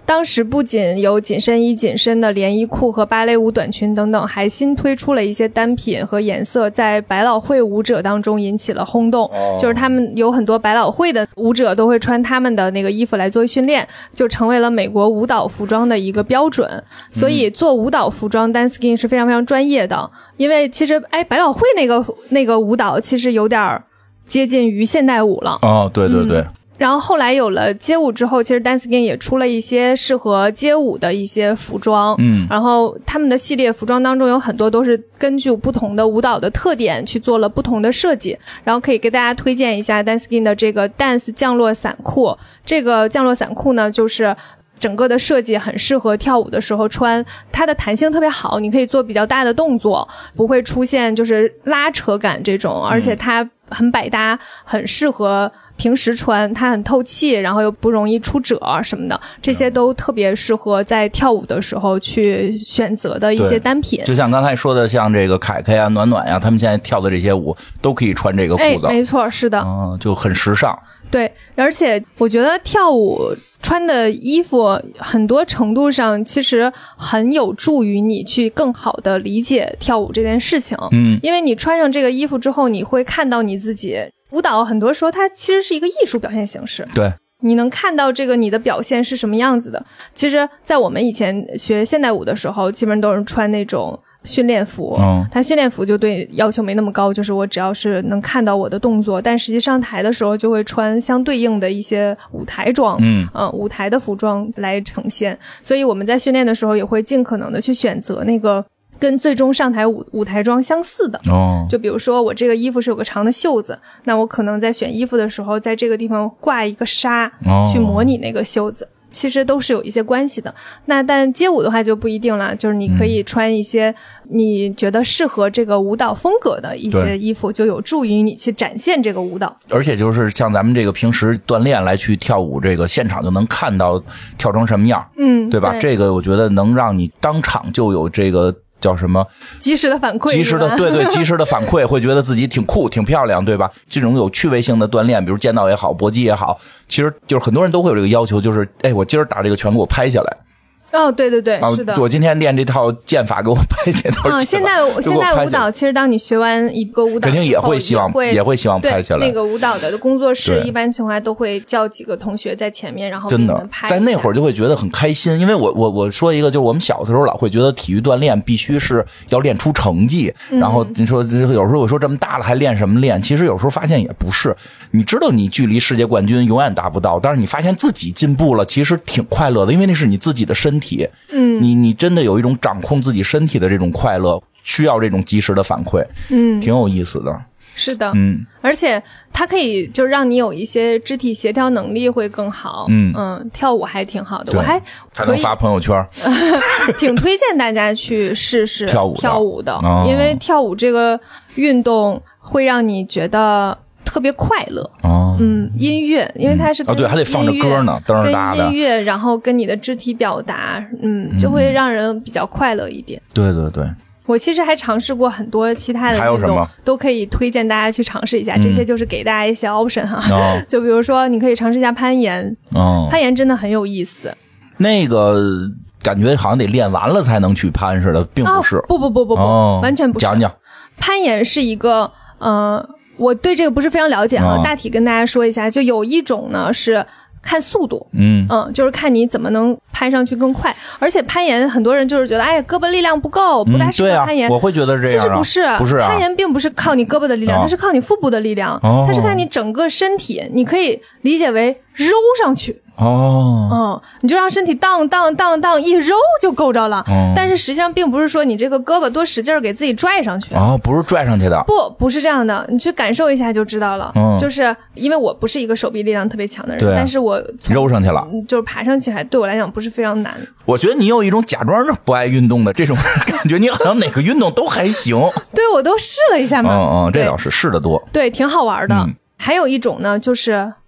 当时不仅有紧身衣、紧身的连衣裤和芭蕾舞短裙等等，还新推出了一些单品和颜色，在百老汇舞者当中引起了轰动。就是他们有很多百老汇的舞者都会穿他们的那个衣服来做训练，就成为了美国舞蹈服装的一个标准。所以做舞蹈服装 Danskin 是非常非常专业的，因为其实百老汇那个舞蹈其实有点接近于现代舞了。 对对对。 然后后来有了街舞之后，其实 Danskin 也出了一些适合街舞的一些服装。然后他们的系列服装当中有很多都是根据不同的舞蹈的特点去做了不同的设计。然后可以给大家推荐一下 Danskin 的这个 Dance 降落伞裤。这个降落伞裤呢，就是整个的设计很适合跳舞的时候穿，它的弹性特别好，你可以做比较大的动作，不会出现就是拉扯感这种，而且它很百搭，很适合平时穿，它很透气，然后又不容易出褶什么的，这些都特别适合在跳舞的时候去选择的一些单品。 就像刚才说的，像这个凯凯啊、暖暖呀，他们现在跳的这些舞都可以穿这个裤子。 没错，是的。 就很时尚。 对，而且我觉得跳舞穿的衣服很多程度上其实很有助于你去更好的理解跳舞这件事情。因为你穿上这个衣服之后，你会看到你自己。舞蹈很多时候它其实是一个艺术表现形式。 对， 你能看到这个你的表现是什么样子的。其实在我们以前学现代舞的时候，基本上都是穿那种训练服。它训练服就对要求没那么高，就是我只要是能看到我的动作，但实际上台的时候就会穿相对应的一些舞台装。舞台的服装来呈现。所以我们在训练的时候也会尽可能的去选择那个跟最终上台舞台装相似的。就比如说我这个衣服是有个长的袖子，那我可能在选衣服的时候在这个地方挂一个纱，去模拟那个袖子。其实都是有一些关系的。那但街舞的话就不一定了，就是你可以穿一些你觉得适合这个舞蹈风格的一些衣服，就有助于你去展现这个舞蹈。 而且就是像咱们这个平时锻炼来去跳舞，这个现场就能看到跳成什么样。对吧？这个我觉得能让你当场就有这个叫什么及时的反馈， 及时的对及时的反馈，会觉得自己挺酷挺漂亮，对吧？这种有趣味性的锻炼，比如剑道也好，搏击也好，其实就是很多人都会有这个要求，就是我今儿打这个拳给我拍下来。 对对对，是的。 我今天练这套剑法，给我拍这套。 现在舞蹈其实当你学完一个舞蹈， 肯定也会希望拍下来。 那个舞蹈的工作室一般情况下都会叫几个同学在前面，然后给你们拍。 在那会儿就会觉得很开心，因为我说一个，就是我们小的时候老会觉得体育锻炼必须是要练出成绩，然后你说有时候我说这么大了还练什么练？其实有时候发现也不是，你知道你距离世界冠军永远达不到，但是你发现自己进步了，其实挺快乐的，因为那是你自己的身体。你真的有一种掌控自己身体的这种快乐，需要这种及时的反馈。挺有意思的。 是的。而且它可以就让你有一些肢体协调能力会更好。跳舞还挺好的，我还能发朋友圈。 挺推荐大家去试试跳舞的。因为跳舞这个运动会让你觉得特别快乐。音乐，因为它是对，还得放着歌呢，噔儿哒的音乐，然后跟你的肢体表达，就会让人比较快乐一点。 对对对。 我其实还尝试过很多其他的运动，都可以推荐大家去尝试一下。这些就是给大家一些 option 哈。就比如说，你可以尝试一下攀岩。攀岩真的很有意思。 那个感觉好像得练完了才能去攀似的，并不是。 不，完全不是。 讲讲。 攀岩是一个我对这个不是非常了解大体跟大家说一下，就有一种呢是看速度，就是看你怎么能攀上去更快。而且攀岩很多人就是觉得胳膊力量不够，不大适合攀岩。 我会觉得这样。 其实不是，攀岩并不是靠你胳膊的力量，它是靠你腹部的力量，它是看你整个身体，你可以理解为揉上去。你就让身体荡一揉就够着了。但是实际上并不是说你这个胳膊多使劲给自己拽上去。 不是拽上去的。 不是这样的，你去感受一下就知道了。就是因为我不是一个手臂力量特别强的人，但是我揉上去了， 就是爬上去还对我来讲不是非常难。 我觉得你有一种假装不爱运动的这种感觉，你好像哪个运动都还行。 对，我都试了一下嘛。 这倒是试得多。 对，挺好玩的。还有一种呢，就是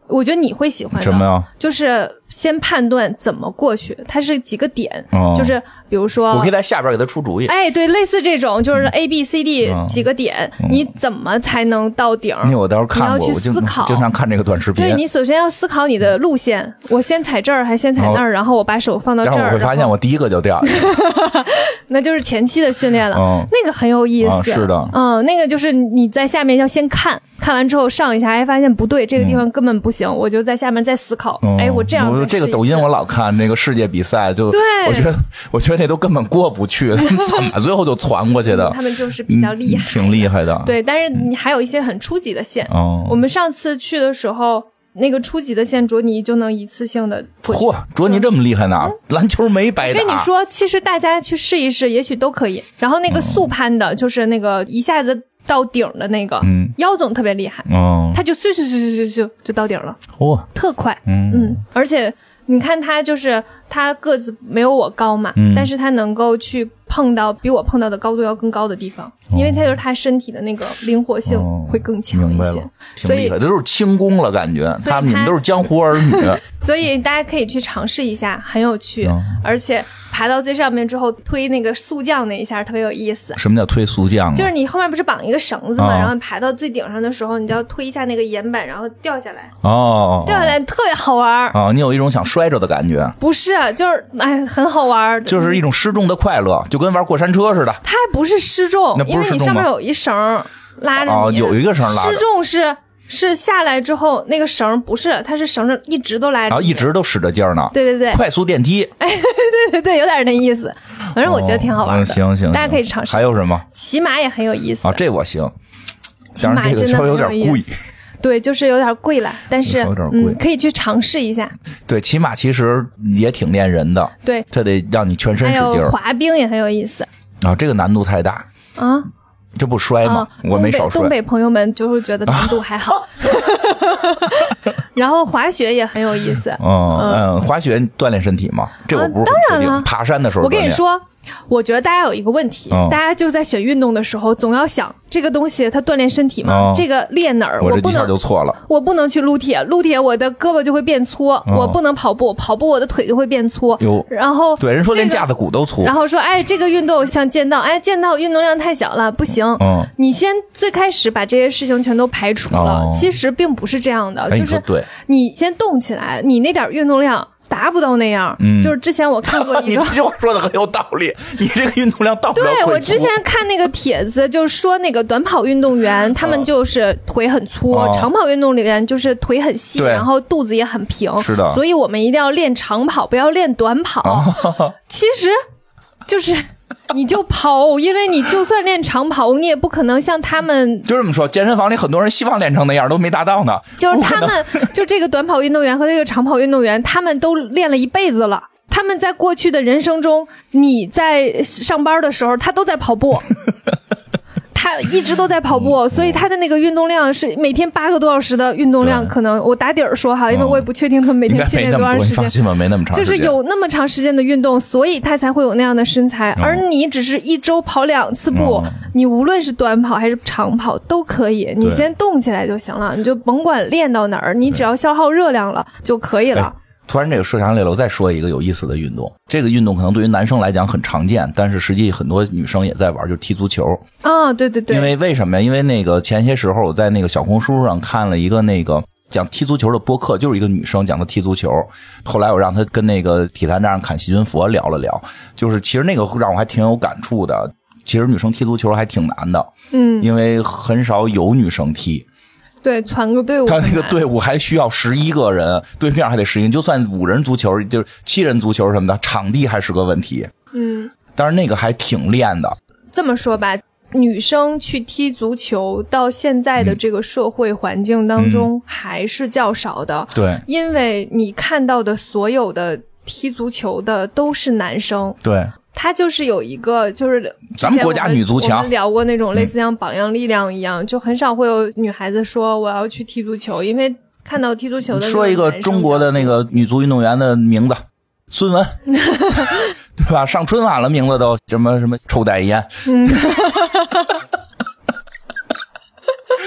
我觉得你会喜欢的。 什么呀？ 就是先判断怎么过去，它是几个点，就是比如说我可以在下边给他出主意。 哎，对，类似这种就是 A B C D 几个点，你怎么才能到顶？ 因为我当时看过， 你要去思考， 经常看这个短视频。 对，你首先要思考你的路线，我先踩这儿还先踩那儿，然后我把手放到这儿， 然后我会发现我第一个就掉下去了。 那就是前期的训练了，那个很有意思。 是的， 那个就是你在下面要先看完之后上一下，哎，发现不对，这个地方根本不行，我就在下面再思考，哎，我这样。 这个抖音我老看那个世界比赛，就对， 我觉得那都根本过不去，怎么最后就传过去的？ 他们就是比较厉害， 挺厉害的。 对，但是你还有一些很初级的线。我们上次去的时候，那个初级的线卓尼就能一次性的破去。 嚯，卓尼这么厉害呢？篮球没白打。 跟你说，其实大家去试一试，也许都可以。然后那个速攀的，就是那个一下子到顶的那个，妖总特别厉害，他就咻就到顶了，特快，而且你看他就是他个子没有我高嘛，但是他能够去碰到比我碰到的高度要更高的地方，因为他就是他身体的那个灵活性会更强一些， 所以这都是轻功了，感觉他们你们都是江湖儿女， 所以大家可以去尝试一下，很有趣，而且爬到最上面之后推那个速降那一下特别有意思。 什么叫推速降？ 就是你后面不是绑一个绳子嘛，然后爬到最顶上的时候，你就要推一下那个岩板，然后掉下来。掉下来特别好玩。 你有一种想摔着的感觉？ 不是，就是哎，很好玩， 就是一种失重的快乐，就跟玩过山车似的。 它还不是失重，因为你上面有一绳拉着你。 有一个绳拉着。 失重是下来之后那个绳不是，它是绳着一直都拉着， 然后一直都使着劲儿呢。 对， 快速电梯。 哎，对，有点那意思。反正我觉得挺好玩的。 行， 大家可以尝试。 还有什么？ 骑马也很有意思。 这我行。 骑马真的稍微有点贵。 对，就是有点贵了，但是有点贵， 可以去尝试一下。 对，骑马其实也挺练人的。 对， 它得让你全身使劲。 还有滑冰也很有意思。 这个难度太大啊！ 这不摔吗？我没少摔。 东北朋友们就会觉得难度还好。然后滑雪也很有意思。 滑雪锻炼身体吗？这我不是当然了。 爬山的时候， 我跟你说。我觉得大家有一个问题，大家就在选运动的时候，总要想这个东西它锻炼身体嘛，这个练哪儿？ 我这一下就错了。 我不能去撸铁我的胳膊就会变粗；我不能跑步我的腿就会变粗。然后对人说连架子骨都粗。 然后说哎，这个运动像剑道，哎，剑道运动量太小了，不行。你先最开始把这些事情全都排除了，其实并不是这样的，就是你先动起来，你那点运动量。达不到那样，就是之前我看过一个， 你这句话说的很有道理。你这个运动量到不了腿粗。 对，我之前看那个帖子，就是说那个短跑运动员，他们就是腿很粗，长跑运动员就是腿很细，然后肚子也很平。 是的， 所以我们一定要练长跑，不要练短跑。其实就是。你就跑，因为你就算练长跑，你也不可能像他们。就这么说，健身房里很多人希望练成那样，都没达到呢。 就是他们，就这个短跑运动员和这个长跑运动员，他们都练了一辈子了。他们在过去的人生中，你在上班的时候，他都在跑步。他一直都在跑步，所以他的那个运动量是每天8个多小时的运动量。可能我打底儿说哈，因为我也不确定他们每天训练多长时间。 放心吧，没那么长时间。 就是有那么长时间的运动，所以他才会有那样的身材。而你只是一周跑2次步，你无论是短跑还是长跑都可以，你先动起来就行了，你就甭管练到哪儿，你只要消耗热量了就可以了。 突然这个说想起来了，我再说一个有意思的运动。这个运动可能对于男生来讲很常见，但是实际很多女生也在玩，就是踢足球。 对。 因为什么呀？因为那个前些时候我在那个小红书上看了一个那个讲踢足球的播客，就是一个女生讲的踢足球。后来我让她跟那个体坛站上侃细菌佛聊了聊，就是其实那个让我还挺有感触的。其实女生踢足球还挺难的，因为很少有女生踢。 对，传个队伍， 他那个队伍还需要11个人，对面还得11人，就算5人足球，就是7人足球什么的，场地还是个问题。但是那个还挺练的。 这么说吧，女生去踢足球到现在的这个社会环境当中还是较少的。 对， 因为你看到的所有的踢足球的都是男生。 对。 他就是有一个，就是咱们国家女足强， 我们聊过那种类似像榜样力量一样，就很少会有女孩子说我要去踢足球，因为看到踢足球的。 说一个中国的那个女足运动员的名字，孙雯，对吧？上春晚了，名字都什么臭代言。是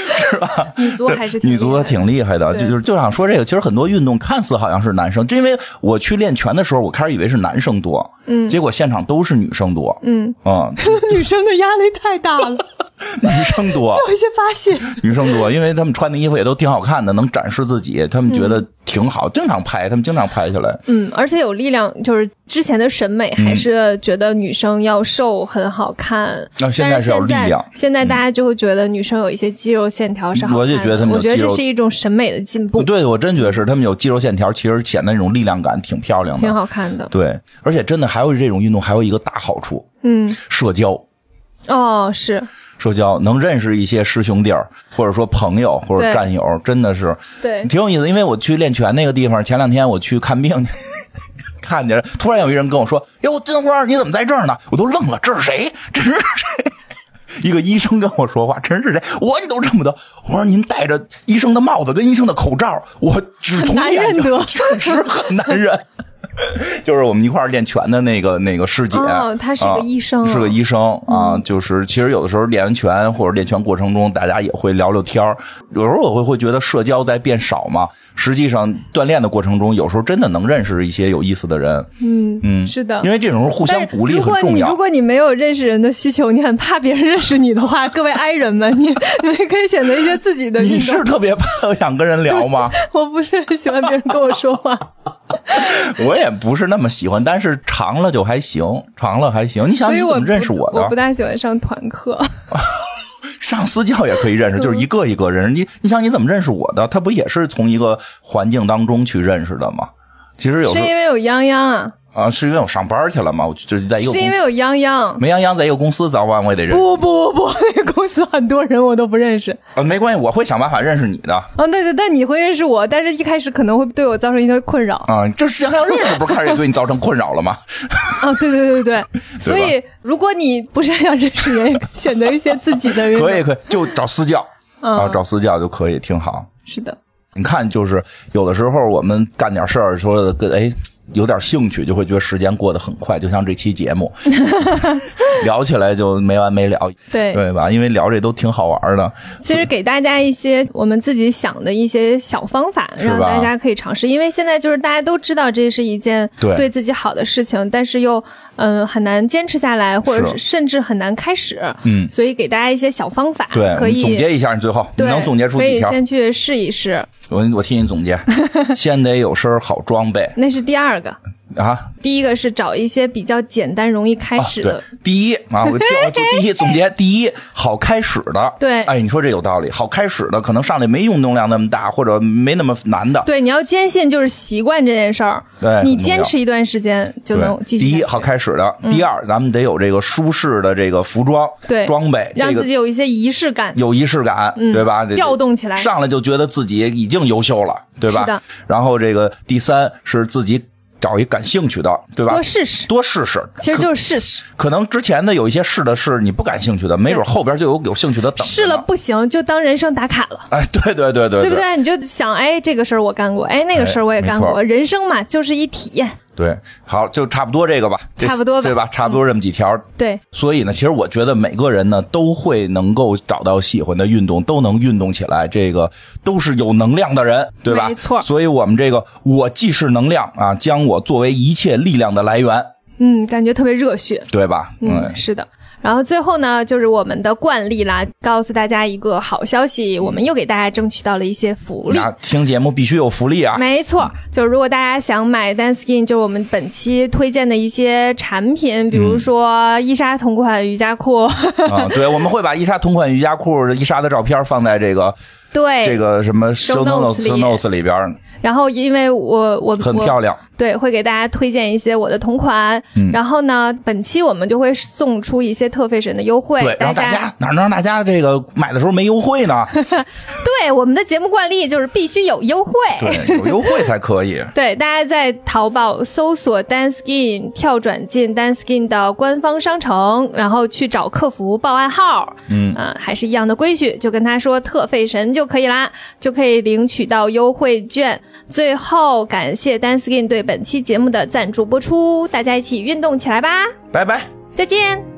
吧？ 女足还是女足挺厉害的，就想说这个，其实很多运动看似好像是男生，因为我去练拳的时候，我开始以为是男生多，结果现场都是女生多， 女生的压力太大了。 女生多， 有一些发现， 女生多，因为他们穿的衣服也都挺好看的，能展示自己，他们觉得挺好，经常拍，他们经常拍下来。 而且有力量，就是之前的审美还是觉得女生要瘦很好看， 现在是有力量。 现在大家就会觉得女生有一些肌肉线条是好看的， 我就觉得他们有肌肉， 我觉得这是一种审美的进步。 对，我真觉得是他们有肌肉线条，其实显得那种力量感挺漂亮的， 挺好看的。 对，而且真的还有这种运动还有一个大好处，社交。是。社交能认识一些师兄弟儿，或者说朋友或者战友，真的是对挺有意思。因为我去练拳那个地方，前2天我去看病，看见突然有一人跟我说：“哟，金花，你怎么在这儿呢？”我都愣了，这是谁？这是谁？一个医生跟我说话，这是谁？你都认不得。我说您戴着医生的帽子跟医生的口罩，我只从眼睛确实很难认。就是我们一块儿练拳的那个师姐， 她是个医生， 是个医生啊。就是其实有的时候练完拳或者练拳过程中，大家也会聊聊天，有时候我会觉得社交在变少嘛。实际上锻炼的过程中，有时候真的能认识一些有意思的人。 是的， 因为这种互相鼓励很重要。 如果你没有认识人的需求，你很怕别人认识你的话，各位 I 人们，你可以选择一些自己的运动。 你是特别怕想跟人聊吗？ 我不是很喜欢别人跟我说话。 我也不是那么喜欢，但是长了就还行，长了还行。你想你怎么认识我的？ 我不大喜欢上团课。 上私教也可以认识，就是一个一个人。你想你怎么认识我的？他不也是从一个环境当中去认识的吗？其实有时候是因为有泱泱啊。 是因为我上班去了嘛？我就是在一个公司。 是因为有泱泱， 没泱泱在一个公司，早晚我也得认识。 不，那个公司很多人我都不认识。 没关系，我会想办法认识你的。 对，但你会认识我，但是一开始可能会对我造成一些困扰啊。这世界上要认识，不是开始也对你造成困扰了吗？ 对。所以如果你不是想认识人，选择一些自己的人， 可以，就找私教找私教就可以，挺好。 是的， 你看，就是有的时候我们干点事儿，说的有点兴趣，就会觉得时间过得很快，就像这期节目聊起来就没完没了，对吧？因为聊这都挺好玩的。 其实给大家一些我们自己想的一些小方法，让大家可以尝试。因为现在就是大家都知道这是一件对自己好的事情，但是又很难坚持下来，或者是甚至很难开始。所以给大家一些小方法， 对， 可以总结一下，你最后你能总结出几条？ 可以先去试一试。 我替你总结，先得有身好装备， 那是第2个啊。 第一个是找一些比较简单容易开始的。 对，第一啊，我第一总结，第一好开始的。 对， 你说这有道理，好开始的可能上来没运动量那么大，或者没那么难的。 对，你要坚信就是习惯这件事儿。 对， 你坚持一段时间就能继续。 第一好开始的，第2咱们得有这个舒适的这个服装装备， 让自己有一些仪式感， 对吧？ 调动起来， 上来就觉得自己已经优秀了，对吧？ 是的。 然后这个第3是自己找一感兴趣的，对吧？多试试， 其实就是试试。 可能之前的有一些试的是你不感兴趣的，没准后边就有兴趣的等着。 试了不行，就当人生打卡了。 对，对不对？你就想，这个事儿我干过，那个事儿我也干过。人生嘛，就是一体验。 对，好，就差不多这个吧， 差不多吧， 对吧？差不多这么几条。 对， 所以呢，其实我觉得每个人呢都会能够找到喜欢的运动，都能运动起来，这个都是有能量的人，对吧？ 没错。 所以我们这个我既是能量啊，将我作为一切力量的来源。 感觉特别热血， 对吧？ 是的。然后最后呢，就是我们的惯例啦，告诉大家一个好消息，我们又给大家争取到了一些福利。 听节目必须有福利啊！ 没错，就是如果大家想买 Danskin， 就是我们本期推荐的一些产品，比如说伊莎同款瑜伽裤。 对，我们会把伊莎同款瑜伽裤伊莎的照片放在这个什么 show notes 里边。 然后因为我很漂亮， 对，会给大家推荐一些我的同款。然后呢，本期我们就会送出一些特费神的优惠。 对，让大家哪能让大家这个买的时候没优惠呢？ 对，我们的节目惯例就是必须有优惠， 对，有优惠才可以。 对，大家在淘宝搜索 Danskin， 跳转进 Danskin 的官方商城，然后去找客服报暗号。还是一样的规矩，就跟他说特费神就可以啦，就可以领取到优惠券。最后感谢 Danskin 对本期节目的赞助播出，大家一起运动起来吧， 拜拜， 再见。